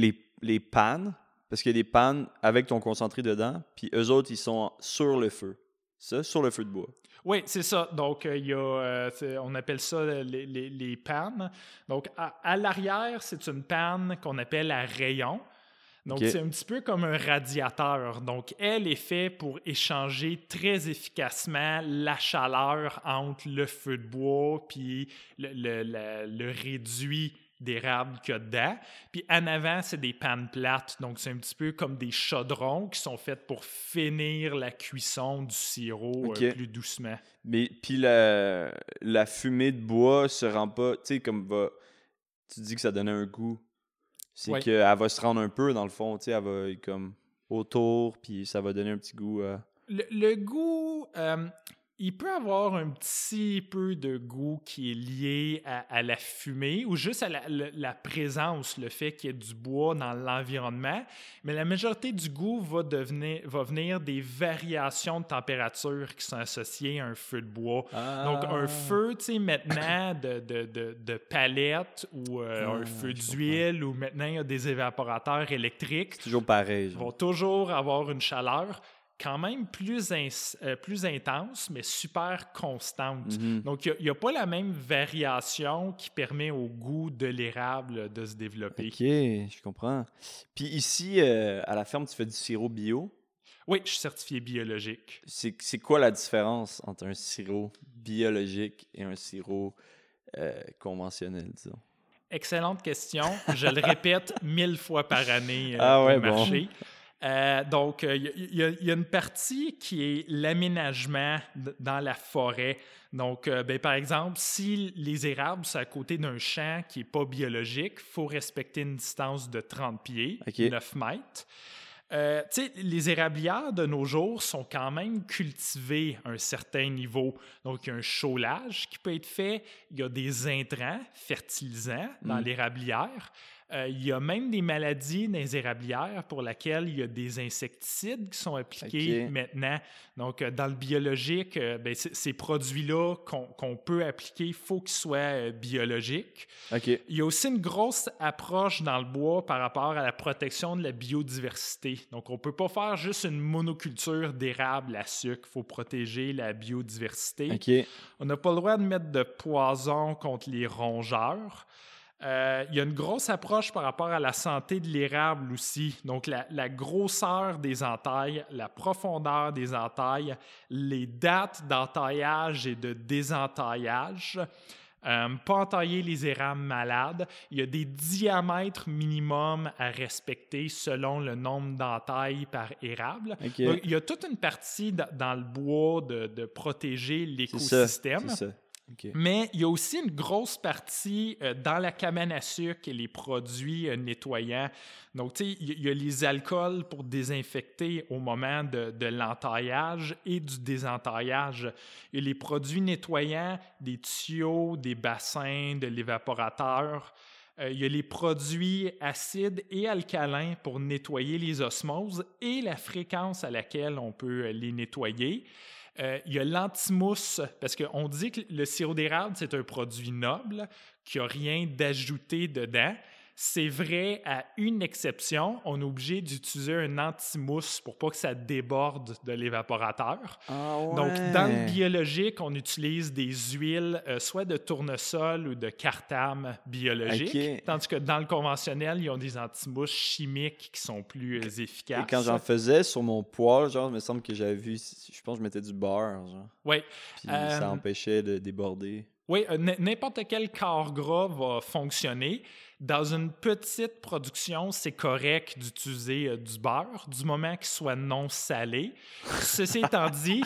les pannes, parce qu'il y a des pannes avec ton concentré dedans, puis eux autres, ils sont sur le feu. Ça, sur le feu de bois. Oui, c'est ça. Donc, il y a, euh, on appelle ça les, les, les pannes. Donc, à, à l'arrière, c'est une panne qu'on appelle à rayon. Donc, okay. C'est un petit peu comme un radiateur. Donc, elle est faite pour échanger très efficacement la chaleur entre le feu de bois puis le, le, le, le réduit d'érable qu'il y a dedans. Puis en avant, c'est des pannes plates. Donc, c'est un petit peu comme des chaudrons qui sont faits pour finir la cuisson du sirop okay. euh, plus doucement. Mais puis la, la fumée de bois se rend pas... Tu sais, comme va... Tu dis que ça donnait un goût. C'est ouais. qu'elle va se rendre un peu, dans le fond. Tu sais, elle va être comme autour, puis ça va donner un petit goût... Euh... Le, le goût... Euh... Il peut avoir un petit peu de goût qui est lié à, à la fumée ou juste à la, la, la présence, le fait qu'il y ait du bois dans l'environnement, mais la majorité du goût va, devenir, va venir des variations de température qui sont associées à un feu de bois. Ah. Donc, un feu, tu sais, maintenant, de, de, de, de palette ou euh, oh, un feu d'huile ou maintenant, il y a des évaporateurs électriques. C'est toujours pareil. Genre. Vont toujours avoir une chaleur quand même plus, in, euh, plus intense, mais super constante. Mm-hmm. Donc, il n'y a, a pas la même variation qui permet au goût de l'érable de se développer. OK, je comprends. Puis ici, euh, à la ferme, tu fais du sirop bio? Oui, je suis certifié biologique. C'est, c'est quoi la différence entre un sirop biologique et un sirop euh, conventionnel, disons? Excellente question. Je le répète mille fois par année euh, ah ouais, au marché. Bon. Euh, donc, il euh, y, y, y a une partie qui est l'aménagement d- dans la forêt. Donc, euh, ben, par exemple, si les érables sont à côté d'un champ qui n'est pas biologique, il faut respecter une distance de trente pieds, okay. neuf mètres. Euh, tu sais, les érablières de nos jours sont quand même cultivées à un certain niveau. Donc, il y a un chaulage qui peut être fait. Il y a des intrants fertilisants dans mm. l'érablière. Euh, il y a même des maladies dans les érablières pour lesquelles il y a des insecticides qui sont appliqués okay. maintenant. Donc, euh, dans le biologique, euh, ben, c- ces produits-là qu'on, qu'on peut appliquer, il faut qu'ils soient euh, biologiques. Okay. Il y a aussi une grosse approche dans le bois par rapport à la protection de la biodiversité. Donc, on ne peut pas faire juste une monoculture d'érable à sucre. Il faut protéger la biodiversité. Okay. On n'a pas le droit de mettre de poison contre les rongeurs. Euh, il y a une grosse approche par rapport à la santé de l'érable aussi. Donc, la, la grosseur des entailles, la profondeur des entailles, les dates d'entaillage et de désentaillage. Euh, pas entailler les érables malades. Il y a des diamètres minimums à respecter selon le nombre d'entailles par érable. Okay. Donc, il y a toute une partie d- dans le bois de, de protéger l'écosystème. C'est ça. C'est ça. Okay. Mais il y a aussi une grosse partie euh, dans la cabane à sucre et les produits euh, nettoyants. Donc, tu sais, il y, y a les alcools pour désinfecter au moment de, de l'entaillage et du désentaillage. Il y a les produits nettoyants, des tuyaux, des bassins, de l'évaporateur. Euh, il y a les produits acides et alcalins pour nettoyer les osmoses et la fréquence à laquelle on peut les nettoyer. Euh, il y a l'antimousse, parce qu'on dit que le sirop d'érable, c'est un produit noble, qui n'a rien d'ajouté dedans. C'est vrai à une exception, on est obligé d'utiliser un antimousse pour pas que ça déborde de l'évaporateur. Ah ouais. Donc, dans le biologique, on utilise des huiles, euh, soit de tournesol ou de cartame biologique, okay. Tandis que dans le conventionnel, ils ont des antimousses chimiques qui sont plus euh, efficaces. Et quand j'en faisais sur mon poêle, genre, il me semble que j'avais vu, je pense que je mettais du beurre, genre. Oui. Puis euh, ça empêchait de déborder. Oui, n- n'importe quel corps gras va fonctionner. Dans une petite production, c'est correct d'utiliser euh, du beurre, du moment qu'il soit non salé. Ceci étant dit,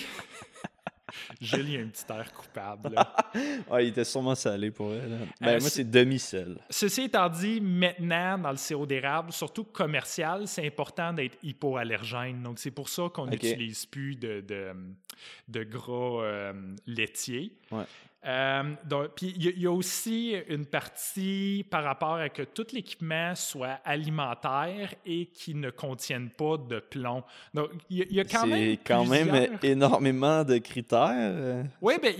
Jules, il y a un petit air coupable. Là. Ouais, il était sûrement salé pour elle. Ben, Euh, moi, c'est demi-sel. Ceci étant dit, maintenant, dans le sirop d'érable, surtout commercial, c'est important d'être hypoallergène. Donc, c'est pour ça qu'on Ok. n'utilise plus de, de, de gras euh, laitiers. Ouais. Euh, donc, puis il y, y a aussi une partie par rapport à que tout l'équipement soit alimentaire et qui ne contienne pas de plomb. Donc, il y, y a quand c'est même quand plusieurs... même énormément de critères. Oui, bien,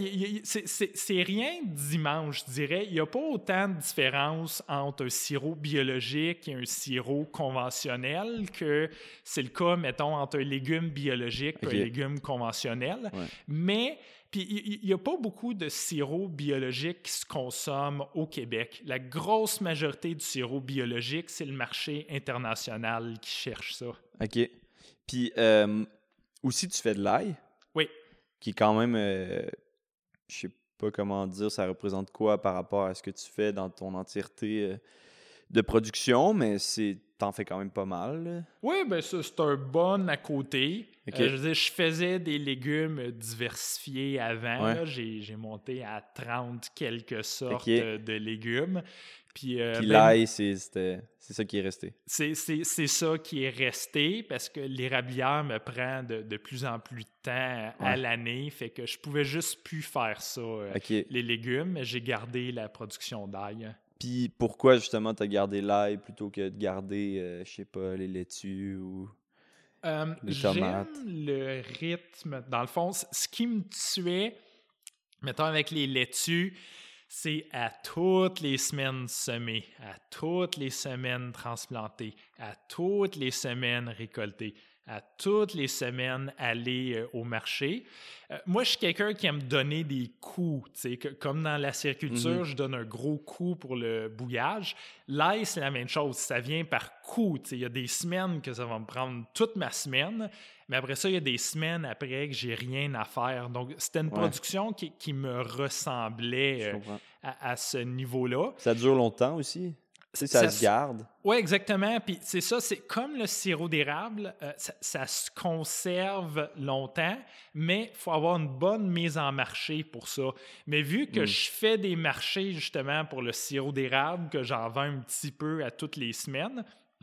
c'est rien dimanche, je dirais. Il n'y a pas autant de différence entre un sirop biologique et un sirop conventionnel que c'est le cas, mettons, entre un légume biologique et okay. un légume conventionnel. Ouais. Mais... Puis, il n'y a pas beaucoup de sirop biologique qui se consomme au Québec. La grosse majorité du sirop biologique, c'est le marché international qui cherche ça. OK. Puis, euh, aussi, tu fais de l'ail. Oui. Qui est quand même, euh, je sais pas comment dire, ça représente quoi par rapport à ce que tu fais dans ton entièreté euh, de production, mais c'est t'en fais quand même pas mal. Là. Oui, bien ça, c'est un bon à côté. Okay. Euh, je veux dire, je faisais des légumes diversifiés avant. Ouais. J'ai, j'ai monté à trente quelques sortes okay. de légumes. Puis, euh, Puis ben, l'ail, c'est, c'était, c'est ça qui est resté. C'est, c'est, c'est ça qui est resté parce que l'érablière me prend de, de plus en plus de temps à ouais. l'année. Fait que je pouvais juste plus faire ça, euh, okay. les légumes. Mais j'ai gardé la production d'ail. Puis pourquoi justement tu as gardé l'ail plutôt que de garder, euh, je sais pas, les laitues ou euh, les tomates? J'aime le rythme. Dans le fond, ce qui me tuait, mettons avec les laitues, c'est à toutes les semaines semer, à toutes les semaines transplanter, à toutes les semaines récolter, à toutes les semaines aller euh, au marché. Euh, moi, je suis quelqu'un qui aime donner des coups. Tu sais, que, comme dans la cériculture, mm-hmm. je donne un gros coup pour le bouillage. L'ail, c'est la même chose. Ça vient par coup. Tu sais, il y a des semaines que ça va me prendre toute ma semaine, mais après ça, il y a des semaines après que j'ai rien à faire. Donc, c'était une ouais. production qui, qui me ressemblait euh, à, à ce niveau-là. Ça dure longtemps aussi? Tu sais, ça, ça se garde. Oui, exactement. Puis c'est ça, c'est comme le sirop d'érable, euh, ça, ça se conserve longtemps, mais il faut avoir une bonne mise en marché pour ça. Mais vu que mm. je fais des marchés justement pour le sirop d'érable, que j'en vends un petit peu à toutes les semaines,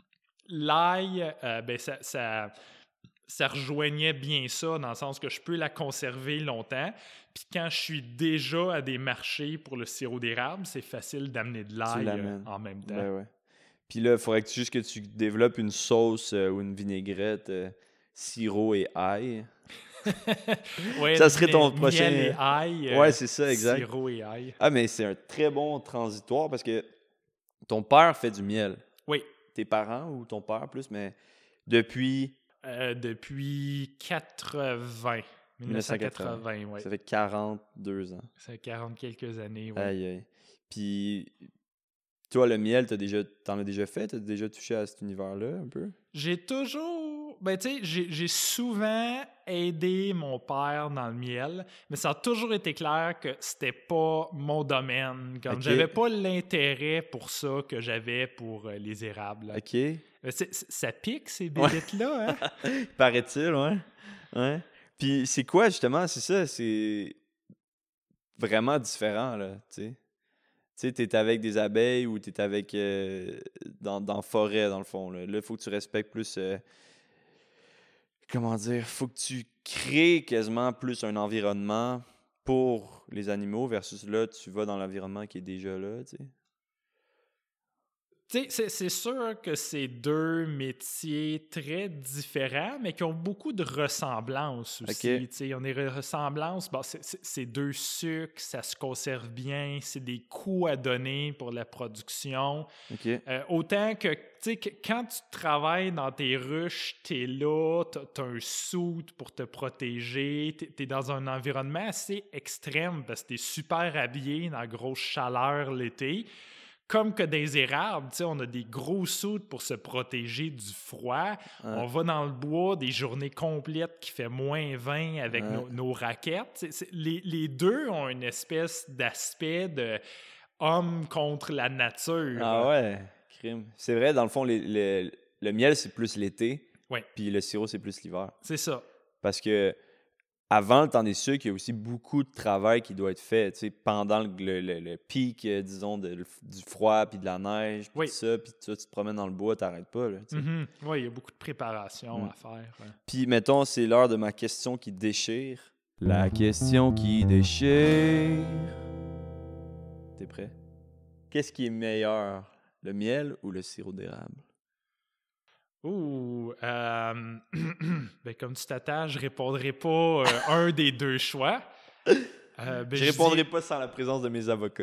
l'ail, euh, ben ça, ça, ça rejoignait bien ça, dans le sens que je peux la conserver longtemps. Puis quand je suis déjà à des marchés pour le sirop d'érable, c'est facile d'amener de l'ail euh, en même temps. Ben ouais. Puis là, il faudrait que tu, juste que tu développes une sauce euh, ou une vinaigrette euh, sirop et ail. ouais, ça serait ton prochain... Miel et ail. Euh, ouais, c'est ça, exact. Sirop et ail. Ah, mais c'est un très bon transitoire parce que ton père fait du miel. Oui. Tes parents ou ton père plus, mais depuis... Euh, depuis quatre-vingts. dix-neuf cent quatre-vingts, oui. Ça fait quarante-deux ans. Ça fait quarante quelques années, oui. Aïe, aïe. Puis, toi, le miel, t'as déjà, t'en as déjà fait? T'as déjà touché à cet univers-là, un peu? J'ai toujours... Ben, tu sais, j'ai, j'ai souvent aidé mon père dans le miel, mais ça a toujours été clair que c'était pas mon domaine. Comme okay. J'avais pas l'intérêt pour ça que j'avais pour euh, les érables. OK. C'est, c'est, ça pique, ces bébites-là, hein? Paraît-il, ouais. Ouais. Puis c'est quoi, justement, c'est ça, c'est vraiment différent, là, tu sais. Tu sais, t'es avec des abeilles ou t'es avec... Euh, dans, dans forêt, dans le fond, là. Là, il faut que tu respectes plus... Euh, comment dire? Faut que tu crées quasiment plus un environnement pour les animaux versus là, tu vas dans l'environnement qui est déjà là, tu sais. Tu sais, c'est, c'est sûr que c'est deux métiers très différents, mais qui ont beaucoup de ressemblances aussi. Okay. Tu sais, on a des ressemblances. Bon, c'est, c'est, c'est deux sucres, ça se conserve bien, c'est des coûts à donner pour la production. Okay. Euh, autant que, tu sais, que quand tu travailles dans tes ruches, t'es là, t'as, t'as un suit pour te protéger, t'es, t'es dans un environnement assez extrême parce que t'es super habillé dans la grosse chaleur l'été. Comme que des érables, tu sais, on a des gros soutes pour se protéger du froid. Ouais. On va dans le bois des journées complètes qui fait moins vingt avec ouais. nos, nos raquettes. C'est, c'est, les, les deux ont une espèce d'aspect de homme contre la nature. Ah ouais, crime. C'est vrai, dans le fond, les, les, le miel, c'est plus l'été. Ouais. Puis le sirop, c'est plus l'hiver. C'est ça. Parce que avant le temps des sucres, il y a aussi beaucoup de travail qui doit être fait, tu sais, pendant le, le, le, le pic, euh, disons, de, le, du froid, puis de la neige, puis oui. tout ça, puis tu, tu te promènes dans le bois, t'arrêtes pas, là, tu sais. Mm-hmm. Oui, il y a beaucoup de préparation mm. à faire. Ouais. Puis, mettons, c'est l'heure de ma question qui déchire. La question qui déchire. T'es prêt? Qu'est-ce qui est meilleur, le miel ou le sirop d'érable? Ouh, euh, ben comme tu t'attends, je répondrai pas euh, un des deux choix. Euh, ben, je répondrai dis... pas sans la présence de mes avocats.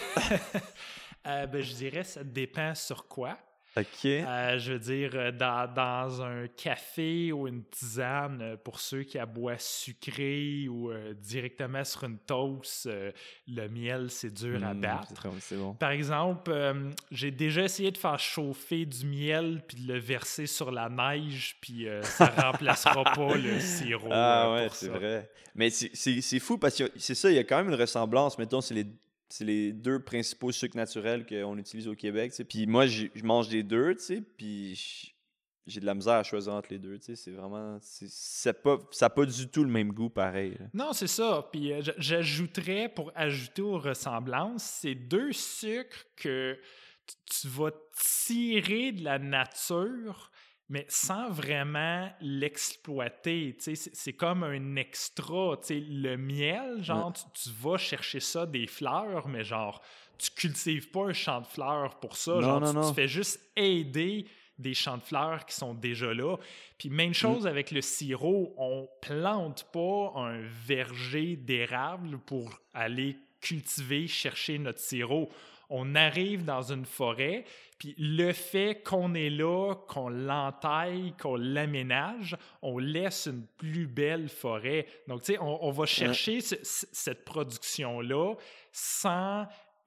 euh, ben, je dirais ça dépend sur quoi. OK. Euh, je veux dire, dans, dans un café ou une tisane, pour ceux qui aboient sucré ou euh, directement sur une toast, euh, le miel, c'est dur mmh, à battre. C'est bon. Par exemple, euh, j'ai déjà essayé de faire chauffer du miel puis de le verser sur la neige, puis euh, ça remplacera pas le sirop. Ah euh, ouais, c'est vrai. Mais c'est, c'est, c'est fou parce que c'est ça, il y a quand même une ressemblance. Mettons, c'est les C'est les deux principaux sucres naturels qu'on utilise au Québec. T'sais. Puis moi, je mange des deux, puis j'ai de la misère à choisir entre les deux. T'sais. C'est vraiment... C'est, c'est pas, ça n'a pas du tout le même goût pareil. Là. Non, c'est ça. Puis euh, j'ajouterais, pour ajouter aux ressemblances, c'est deux sucres que tu vas tirer de la nature, mais sans vraiment l'exploiter. C'est, c'est comme un extra. T'sais, le miel, genre, ouais. tu, tu vas chercher ça des fleurs, mais genre, tu cultives pas un champ de fleurs pour ça. Non, genre, non, tu, non. tu fais juste aider des champs de fleurs qui sont déjà là. Puis même chose mm. avec le sirop, on plante pas un verger d'érable pour aller cultiver, chercher notre sirop. On arrive dans une forêt, puis le fait qu'on est là, qu'on l'entaille, qu'on l'aménage, on laisse une plus belle forêt. Donc, tu sais, on, on va chercher ouais. ce, c- cette production-là sans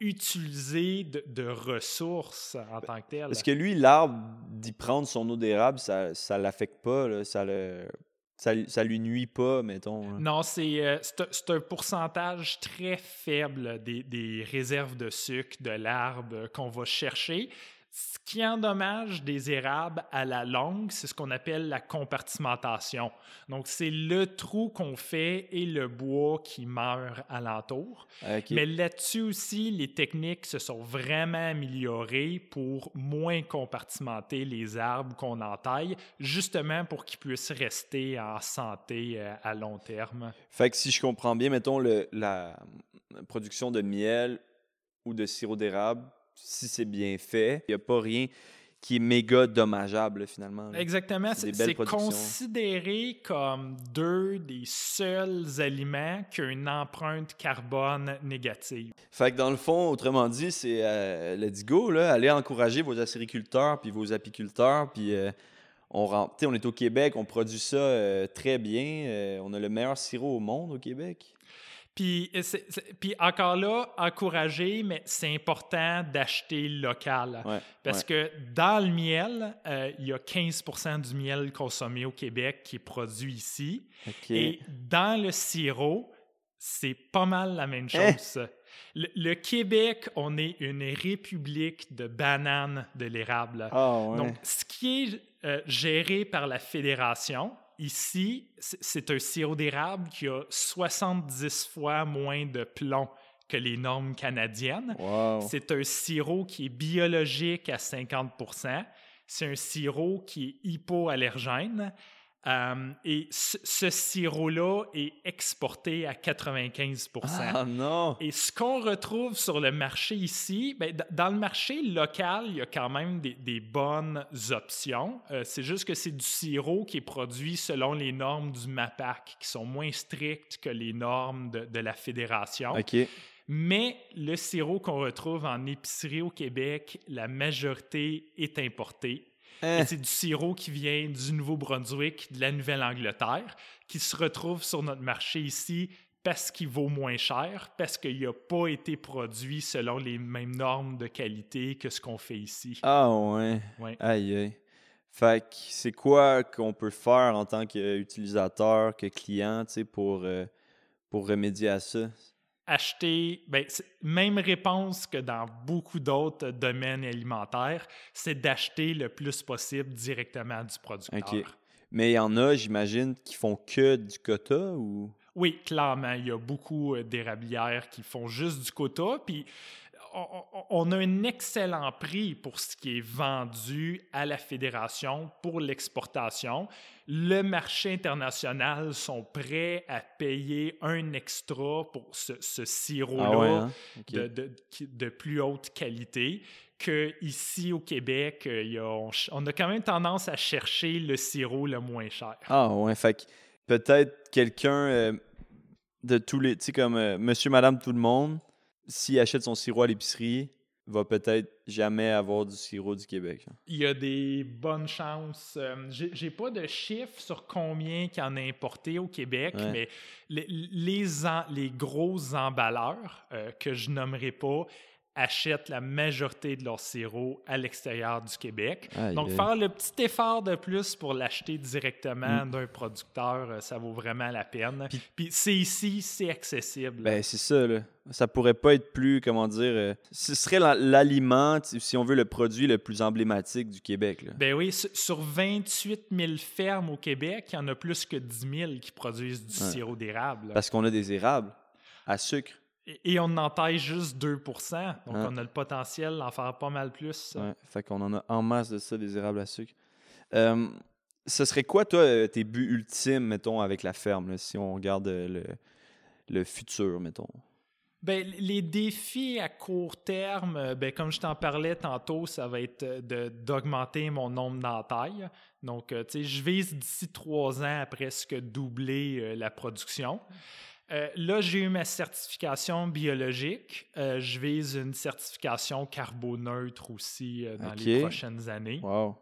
utiliser de, de ressources en tant que telles. Parce que lui, l'arbre, d'y prendre son eau d'érable, ça ne l'affecte pas, là, ça le... Ça, ça lui nuit pas, mettons. Là. Non, c'est, euh, c'est, un, c'est un pourcentage très faible des, des réserves de sucre de l'arbre qu'on va chercher. Ce qui endommage des érables à la longue, c'est ce qu'on appelle la compartimentation. Donc, c'est le trou qu'on fait et le bois qui meurt alentour. Okay. Mais là-dessus aussi, les techniques se sont vraiment améliorées pour moins compartimenter les arbres qu'on entaille, justement pour qu'ils puissent rester en santé euh, à long terme. Fait que si je comprends bien, mettons, le, la production de miel ou de sirop d'érable, si c'est bien fait, il n'y a pas rien qui est méga dommageable, finalement. Là. Exactement. C'est, c'est, c'est considéré comme deux des seuls aliments qui ont une empreinte carbone négative. Fait que dans le fond, autrement dit, c'est euh, let's go, là, allez encourager vos acériculteurs puis vos apiculteurs, puis euh, on, rentre, on est au Québec, on produit ça euh, très bien, euh, on a le meilleur sirop au monde au Québec. Puis, c'est, c'est, puis encore là, encourager, mais c'est important d'acheter local. Ouais, parce ouais. que dans le miel, euh, il y a quinze pour cent du miel consommé au Québec qui est produit ici. Okay. Et dans le sirop, c'est pas mal la même chose. Eh? Le, le Québec, on est une république de bananes de l'érable. Oh, ouais. Donc, ce qui est euh, géré par la fédération, ici, c'est un sirop d'érable qui a soixante-dix fois moins de plomb que les normes canadiennes. Wow. C'est un sirop qui est biologique à cinquante pour cent. C'est un sirop qui est hypoallergène. Um, et ce, ce sirop-là est exporté à quatre-vingt-quinze pour cent. Ah non! Et ce qu'on retrouve sur le marché ici, ben, d- dans le marché local, il y a quand même des, des bonnes options. Euh, c'est juste que c'est du sirop qui est produit selon les normes du MAPAC, qui sont moins strictes que les normes de, de la Fédération. OK. Mais le sirop qu'on retrouve en épicerie au Québec, la majorité est importée. Et c'est du sirop qui vient du Nouveau-Brunswick, de la Nouvelle-Angleterre, qui se retrouve sur notre marché ici parce qu'il vaut moins cher, parce qu'il n'a pas été produit selon les mêmes normes de qualité que ce qu'on fait ici. Ah ouais? Ouais. Aïe, aïe. Fait que c'est quoi qu'on peut faire en tant qu'utilisateur, que client, tu sais, pour, euh, pour remédier à ça? Acheter, ben, même réponse que dans beaucoup d'autres domaines alimentaires, c'est d'acheter le plus possible directement du producteur. OK. Mais il y en a, j'imagine, qui font que du quota ou... Oui, clairement. Il y a beaucoup d'érablières qui font juste du quota. Puis on, on a un excellent prix pour ce qui est vendu à la fédération pour l'exportation. Le marché international sont prêts à payer un extra pour ce, ce sirop-là Ah ouais, hein? Okay. de, de, de plus haute qualité. Qu'ici au Québec, il y a, on, on a quand même tendance à chercher le sirop le moins cher. Ah ouais, fait que peut-être quelqu'un euh, de tous les, tu sais, comme euh, monsieur, madame, tout le monde, s'il achète son sirop à l'épicerie, va peut-être jamais avoir du sirop du Québec. Hein. Il y a des bonnes chances. Euh, j'ai, j'ai pas de chiffres sur combien qu'il y en a importé au Québec, Ouais. mais les, les, en, les gros emballeurs, euh, que je nommerai pas, achètent la majorité de leur sirop à l'extérieur du Québec. Aïe, Donc, aïe. faire le petit effort de plus pour l'acheter directement Mm. d'un producteur, ça vaut vraiment la peine. Puis, Puis c'est ici, c'est accessible. ben, c'est ça, là. Ça pourrait pas être plus, comment dire, euh, ce serait la- l'aliment, si on veut, le produit le plus emblématique du Québec, là. Ben oui, sur vingt-huit mille fermes au Québec, il y en a plus que dix mille qui produisent du Ouais. sirop d'érable. Parce qu'on a des érables à sucre. Et, et on en taille juste deux pour cent. Donc, Ouais. on a le potentiel d'en faire pas mal plus. Ouais, fait qu'on en a en masse de ça, des érables à sucre. Euh, ce serait quoi, toi, euh, tes buts ultimes, mettons, avec la ferme, là, si on regarde euh, le, le futur, mettons? Ben, les défis à court terme, ben, comme je t'en parlais tantôt, ça va être de, d'augmenter mon nombre d'entailles. Donc, euh, tu sais, je vise d'ici trois ans à presque doubler euh, la production. Euh, là, j'ai eu ma certification biologique. Euh, je vise une certification carboneutre aussi euh, dans Ok. les prochaines années. Wow.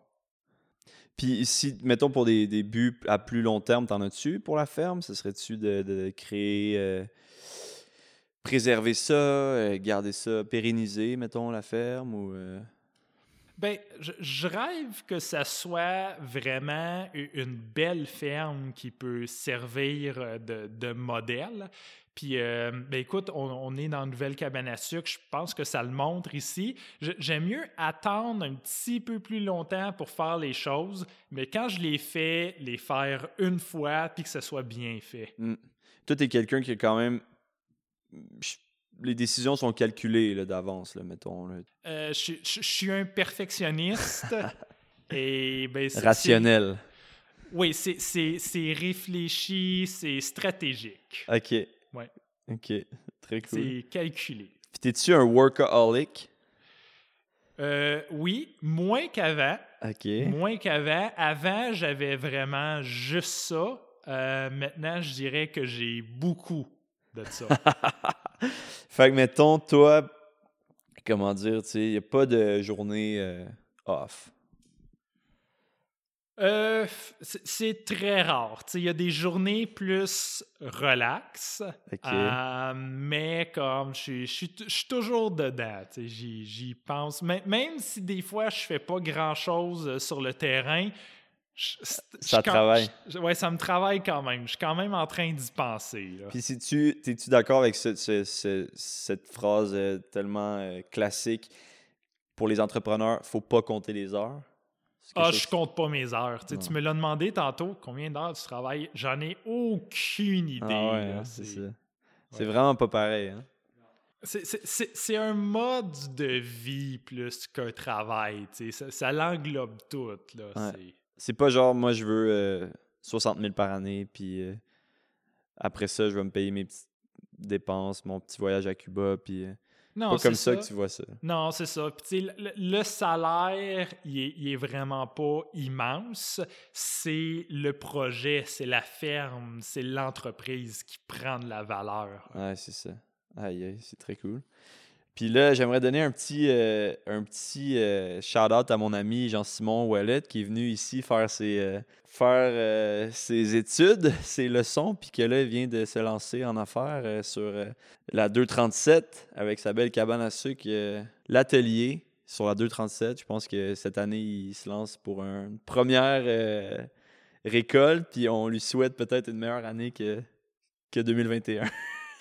Puis si, mettons, pour des, des buts à plus long terme, t'en as-tu pour la ferme? Ce serait-tu de, de créer, euh, préserver ça, euh, garder ça, pérenniser, mettons, la ferme? Ou euh... Ben, je, je rêve que ça soit vraiment u- une belle ferme qui peut servir euh, de, de modèle. Puis, euh, ben écoute, on, on est dans une nouvelle cabane à sucre. Je pense que ça le montre ici. Je- j'aime mieux attendre un petit peu plus longtemps pour faire les choses, mais quand je les fais, les faire une fois puis que ce soit bien fait. hmm. Toi, t'es quelqu'un qui a quand même... Les décisions sont calculées là, d'avance, là, mettons. Là. Euh, je, je- je suis un perfectionniste. et ben, c'est- Rationnel. c'est- oui, c'est, c'est, c'est réfléchi, c'est stratégique. OK. Ouais. OK. Très cool. C'est calculé. Puis t'es-tu un workaholic? Euh, oui, moins qu'avant. OK. Moins qu'avant. Avant, j'avais vraiment juste ça. Euh, maintenant, je dirais que j'ai beaucoup de ça. Fait que, mettons, toi, comment dire, tu sais, il n'y a pas de journée euh, off. Euh, c'est, c'est très rare. Il y a des journées plus relax, OK. euh, mais comme je suis- je suis je suis toujours dedans, tu sais, j'y, j'y pense. Même, même si des fois je fais pas grand-chose sur le terrain, je- Ça je- quand- travaille. je- ouais, ça me travaille quand même. Je suis quand même en train d'y penser. Là. Puis si tu, es-tu d'accord avec ce- ce- ce- cette phrase euh, tellement euh, classique pour les entrepreneurs, faut pas compter les heures? C'est quelque Ah, chose je compte pas mes heures. Tu sais, Ouais. tu me l'as demandé tantôt, combien d'heures tu travailles? J'en ai aucune idée. Ah ouais, là. hein, c'est C'est- ça. C'est Ouais. vraiment pas pareil. Hein? C'est, c'est- c'est- c'est un mode de vie plus qu'un travail. Tu sais. Ça, ça l'englobe tout. Là. Ouais. C'est- C'est pas genre, moi, je veux euh, soixante mille par année, puis euh, après ça, je vais me payer mes petites dépenses, mon petit voyage à Cuba, puis euh, Non, pas comme c'est ça que tu vois ça. Non, c'est ça. Puis, tu sais, le, le salaire, il est, il est vraiment pas immense. C'est le projet, c'est la ferme, c'est l'entreprise qui prend de la valeur. Ouais, c'est ça. Aïe, aïe, c'est très cool. Puis là, j'aimerais donner un petit, euh, un petit euh, shout-out à mon ami Jean-Simon Ouellet qui est venu ici faire ses, euh, faire, euh, ses études, ses leçons, puis que là, il vient de se lancer en affaires euh, sur euh, la deux trente-sept avec sa belle cabane à sucre, euh, l'atelier sur la deux trente-sept. Je pense que cette année, il se lance pour une première euh, récolte, puis on lui souhaite peut-être une meilleure année que, que deux mille vingt et un.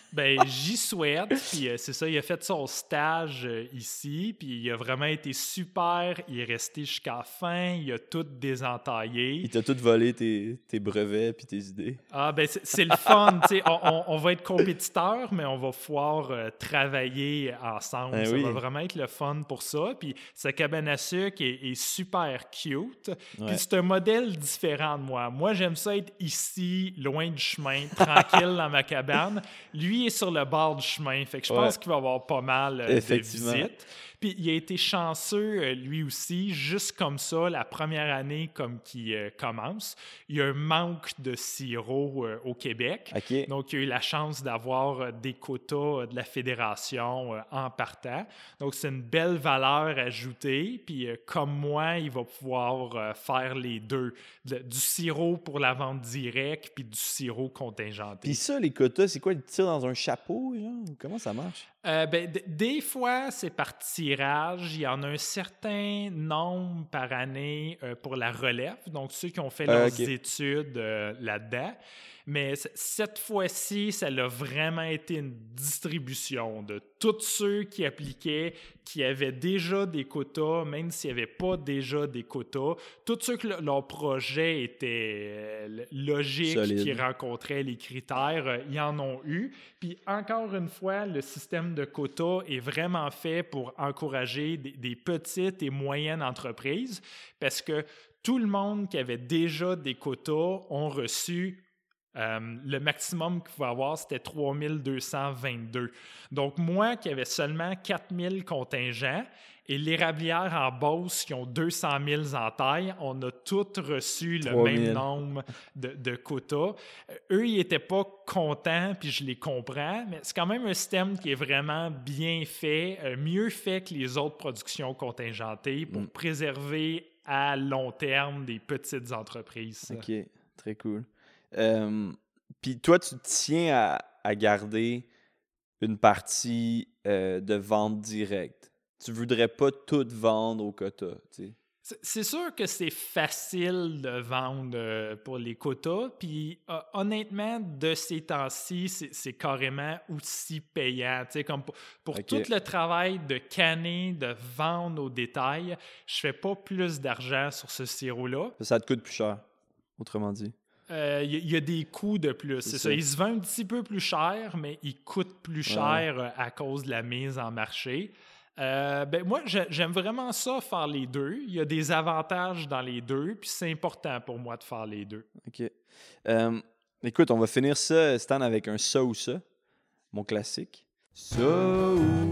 Ben, j'y souhaite. Puis euh, c'est ça, il a fait son stage euh, ici. Puis il a vraiment été super. Il est resté jusqu'à la fin. Il a tout désentaillé. Il t'a tout volé tes, tes brevets puis tes idées. Ah, ben, c'est, c'est le fun. tu sais. On, on, on va être compétiteurs, mais on va pouvoir euh, travailler ensemble. Ben ça oui. va vraiment être le fun pour ça. Puis sa cabane à sucre est, est super cute. Ouais. Puis c'est un modèle différent de moi. Moi, j'aime ça être ici, loin du chemin, tranquille dans ma cabane. Lui est sur le bord du chemin. Fait que je pense Ouais. qu'il va avoir pas mal euh, de Effectivement. visites. Puis il a été chanceux, euh, lui aussi, juste comme ça, la première année comme qui euh, commence. Il y a un manque de sirop euh, au Québec. OK. Donc, il a eu la chance d'avoir euh, des quotas euh, de la fédération euh, en partant. Donc, c'est une belle valeur ajoutée. Puis, euh, comme moi, il va pouvoir euh, faire les deux. De- du sirop pour la vente directe, puis du sirop contingenté. Puis ça, les quotas, c'est quoi? Ils tirent dans un chapeau, genre? Comment ça marche? Euh, ben, d- des fois, c'est par tirage. Il y en a un certain nombre par année euh, pour la relève, donc ceux qui ont fait Euh, leurs ok. études euh, là-dedans. Mais c- cette fois-ci, ça a vraiment été une distribution de tous ceux qui appliquaient, qui avaient déjà des quotas, même s'il n'y avait pas déjà des quotas. Tous ceux que le- leur projet était euh, logique, Solide. qui rencontraient les critères, euh, ils en ont eu. Puis encore une fois, le système de quotas est vraiment fait pour encourager des, des petites et moyennes entreprises parce que tout le monde qui avait déjà des quotas ont reçu euh, le maximum qu'il pouvait avoir, c'était trois mille deux cent vingt-deux. Donc, moi qui avais seulement quatre mille contingents et l'érablière en Beauce qui ont deux cent mille en taille, on a tous reçu le trois mille. même nombre de, de quotas. Euh, eux, ils n'étaient pas contents, puis je les comprends, mais c'est quand même un système qui est vraiment bien fait, euh, mieux fait que les autres productions contingentées pour Mm. préserver à long terme des petites entreprises. OK, très cool. Euh, Puis toi, tu tiens à, à garder une partie euh, de vente directe. Tu voudrais pas tout vendre au quota, tu sais. C'est- C'est sûr que c'est facile de vendre euh, pour les quotas, puis euh, honnêtement, de ces temps-ci, c'est c'est carrément aussi payant. Tu sais, comme pour, pour Ok. tout le travail de canner, de vendre au détail, je fais pas plus d'argent sur ce sirop-là. Ça te coûte plus cher, autrement dit. Il euh, y, y a des coûts de plus. C'est C'est ça. ça. Il se vend un petit peu plus cher, mais il coûte plus cher euh, à cause de la mise en marché. Euh, ben moi, j'ai- j'aime vraiment ça, faire les deux. Il y a des avantages dans les deux, puis c'est important pour moi de faire les deux. OK. Euh, écoute, on va finir ça, Stan, avec un ça ou ça, mon classique. Ça ou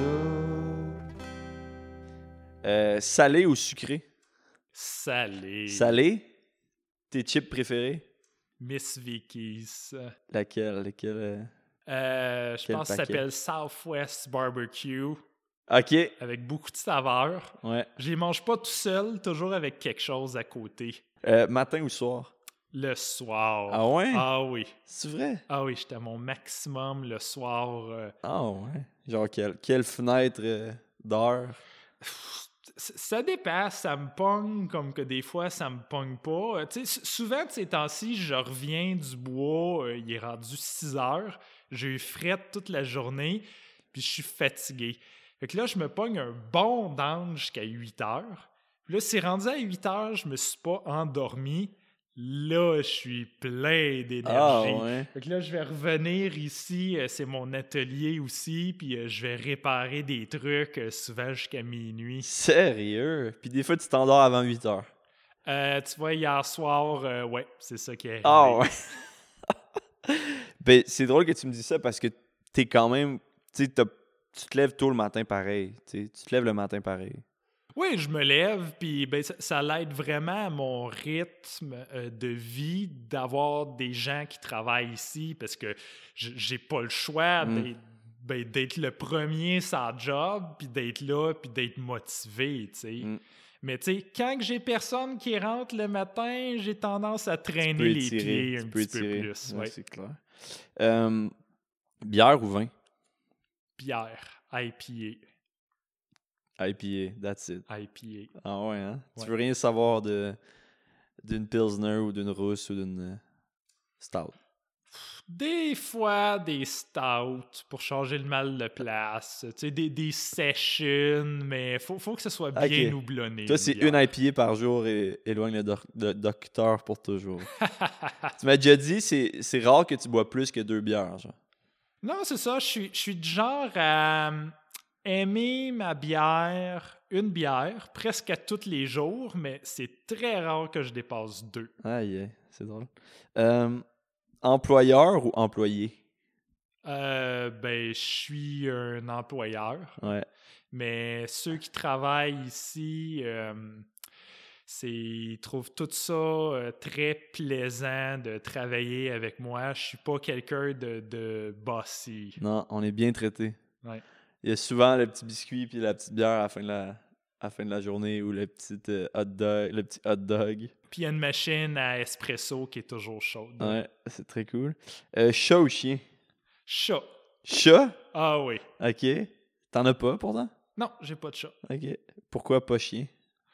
ça. Euh, salé ou sucré? Salé. Salé? Tes chips préférés? Miss Vicky's. Laquelle? Laquelle? euh? Euh, je Quel pense que ça paquet? s'appelle Southwest Barbecue, OK. avec beaucoup de saveurs. Ouais. Je les mange pas tout seul, toujours avec quelque chose à côté. Euh, matin ou soir? Le soir. Ah ouais? Ah oui. C'est vrai? Ah oui, j'étais à mon maximum le soir. euh, Ah ouais. Genre, quelle, quelle fenêtre euh, d'heure? c- Ça dépasse, ça me pogne comme que des fois ça me pogne pas. Euh, tu sais, s- souvent de ces temps-ci, je reviens du bois, euh, il est rendu six heures, j'ai eu frette toute la journée, puis je suis fatigué. Fait que là, je me pogne un bon dange jusqu'à huit heures. Puis là, c'est rendu à huit heures, je me suis pas endormi. Là, je suis plein Ah d'énergie. ouais. Fait que là, je vais revenir ici, euh, c'est mon atelier aussi, puis euh, je vais réparer des trucs euh, souvent jusqu'à minuit. Sérieux? Puis des fois, tu t'endors avant huit heures. Euh, tu vois, hier soir, euh, ouais, c'est ça qui est arrivé. Ah ouais. Ben, c'est drôle que tu me dis ça parce que t'es quand même. Tu sais, t'as- tu te lèves tôt le matin pareil. Tu sais, tu te lèves le matin pareil. Oui, je me lève, puis ben, ça, ça l'aide vraiment à mon rythme euh, de vie d'avoir des gens qui travaillent ici parce que j- j'ai pas le choix Mm. d'être, ben, d'être le premier sans job, puis d'être là, puis d'être motivé, tu sais. Mm. Mais tu sais, quand que j'ai personne qui rentre le matin, j'ai tendance à Tu traîner peux les étirer, pieds tu un peux petit peu étirer. plus. Ouais, Ouais. c'est clair. Euh, bière ou vin? Bière, I P I P A, that's it. A, I P A. Ah ouais, hein? Ouais. Tu veux rien savoir de d'une Pilsner ou d'une Rousse ou d'une euh, Stout? Des fois, des stouts pour changer le mal de place. Tu sais, des, des sessions, mais faut, faut que ce soit bien Ok. houblonné. Toi, c'est une I P A par jour et éloigne le, doc- le docteur pour toujours. Tu m'as déjà dit, c'est, c'est rare que tu bois plus que deux bières, genre. Non, c'est ça. Je suis, je suis du genre à euh, aimer ma bière, une bière, presque à tous les jours, mais c'est très rare que je dépasse deux. Ah, yeah, c'est drôle. Euh, employeur ou employé? Euh, ben, je suis un employeur, Ouais. mais ceux qui travaillent ici, euh, c'est, ils trouvent tout ça euh, très plaisant de travailler avec moi. Je suis pas quelqu'un de, de bossy. Non, on est bien traité. Ouais. Il y a souvent le petit biscuit puis la petite bière à la fin de la, à la, fin de la journée ou le petit, euh, hot dog, le petit hot dog. Puis il y a une machine à espresso qui est toujours chaude. Ouais, c'est très cool. Euh, chat ou chien? Chat. Chat? Ah oui. Ok. T'en as pas pourtant? Non, j'ai pas de chat. Ok. Pourquoi pas chien?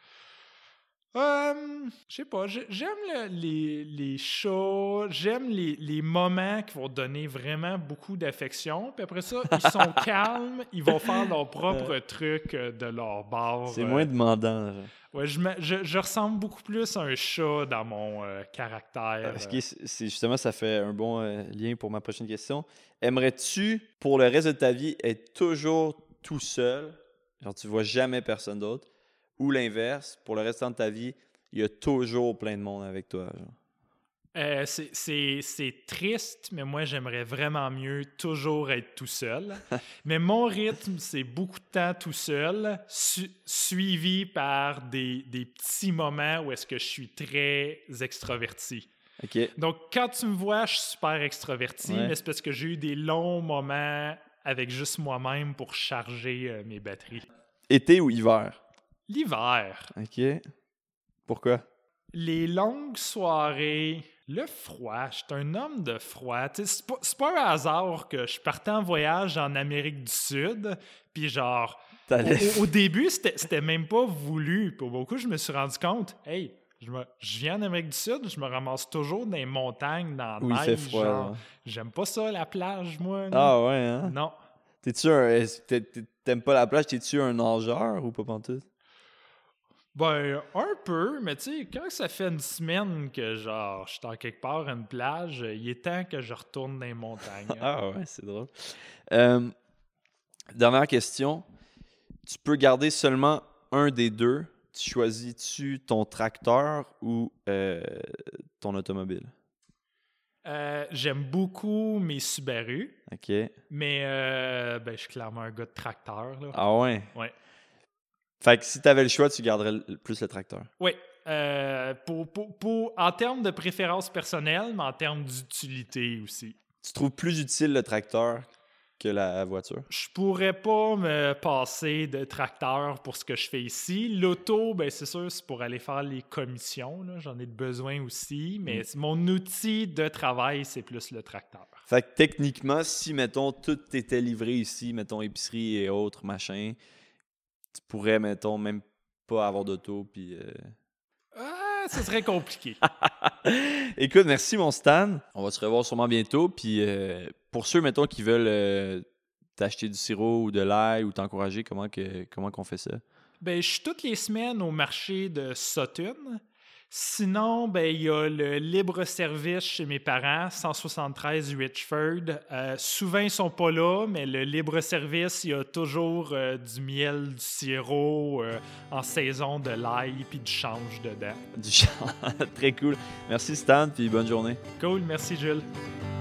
Euh, je sais pas, j'ai- j'aime le- les, les chats, j'aime les, les moments qui vont donner vraiment beaucoup d'affection, puis après ça, ils sont calmes, ils vont faire leur propre truc euh, de leur bord. C'est euh. moins demandant. Genre. Ouais, je, me- je, je ressemble beaucoup plus à un chat dans mon euh, caractère. Parce euh. que c'est c'est- justement, ça fait un bon euh, lien pour ma prochaine question. Aimerais-tu, pour le reste de ta vie, être toujours tout seul, genre tu vois jamais personne d'autre, ou l'inverse, pour le restant de ta vie, il y a toujours plein de monde avec toi? Genre. Euh, c'est- c'est c'est triste, mais moi, j'aimerais vraiment mieux toujours être tout seul. Mais mon rythme, c'est beaucoup de temps tout seul, su- suivi par des, des petits moments où est-ce que je suis très extraverti. Ok. Donc, quand tu me vois, je suis super extraverti, Ouais. mais c'est parce que j'ai eu des longs moments avec juste moi-même pour charger euh, mes batteries. Été ou hiver? L'hiver, Ok. Pourquoi? les longues soirées, le froid, je suis un homme de froid. Tu sais, C'est pas, c'est pas un hasard que je partais en voyage en Amérique du Sud, puis genre, au, T'allais- au- au début, c'était c'était même pas voulu. Pour beaucoup, je me suis rendu compte, hey, je, me- je viens en Amérique du Sud, je me ramasse toujours dans les montagnes, dans la Où il neige. fait froid. genre, genre. j'aime pas ça, la plage, moi. là. Ah ouais, hein? Non. T'es-tu un. est-ce que t'es- t'es- T'aimes pas la plage? T'es-tu un nageur ou pas pantoute? Ben, un peu, mais tu sais, quand ça fait une semaine que, genre, je suis en quelque part à une plage, il est temps que je retourne dans les montagnes. Ah ouais, c'est drôle. Euh, dernière question. Tu peux garder seulement un des deux. Tu choisis-tu ton tracteur ou euh, ton automobile? Euh, j'aime beaucoup mes Subaru, OK. mais euh, ben, je suis clairement un gars de tracteur. Là. Ah ouais? Ouais. Fait que si t'avais le choix, tu garderais le- plus le tracteur. Oui. Euh, pour, pour, pour- en termes de préférence personnelle, mais en termes d'utilité aussi. Tu trouves plus utile le tracteur que la voiture? Je pourrais pas me passer de tracteur pour ce que je fais ici. L'auto, ben c'est sûr, c'est pour aller faire les commissions. là. J'en ai besoin aussi, mais Mm. mon outil de travail, c'est plus le tracteur. Fait que techniquement, si, mettons, tout était livré ici, mettons, épicerie et autres, machin, tu pourrais, mettons, même pas avoir d'auto, puis... euh, Ah, ce serait compliqué. Écoute, merci mon Stan. On va se revoir sûrement bientôt. Puis euh, pour ceux, mettons, qui veulent euh, t'acheter du sirop ou de l'ail ou t'encourager, comment que comment qu'on fait ça? Ben, je suis toutes les semaines au marché de Sutton. Sinon, ben, il y a le libre-service chez mes parents, cent soixante-treize Richford. Euh, souvent, ils sont pas là, mais le libre-service, il y a toujours euh, du miel, du sirop euh, en saison, de l'ail puis du change dedans. Du chant. Très cool. Merci Stan, puis bonne journée. Cool, merci Jules.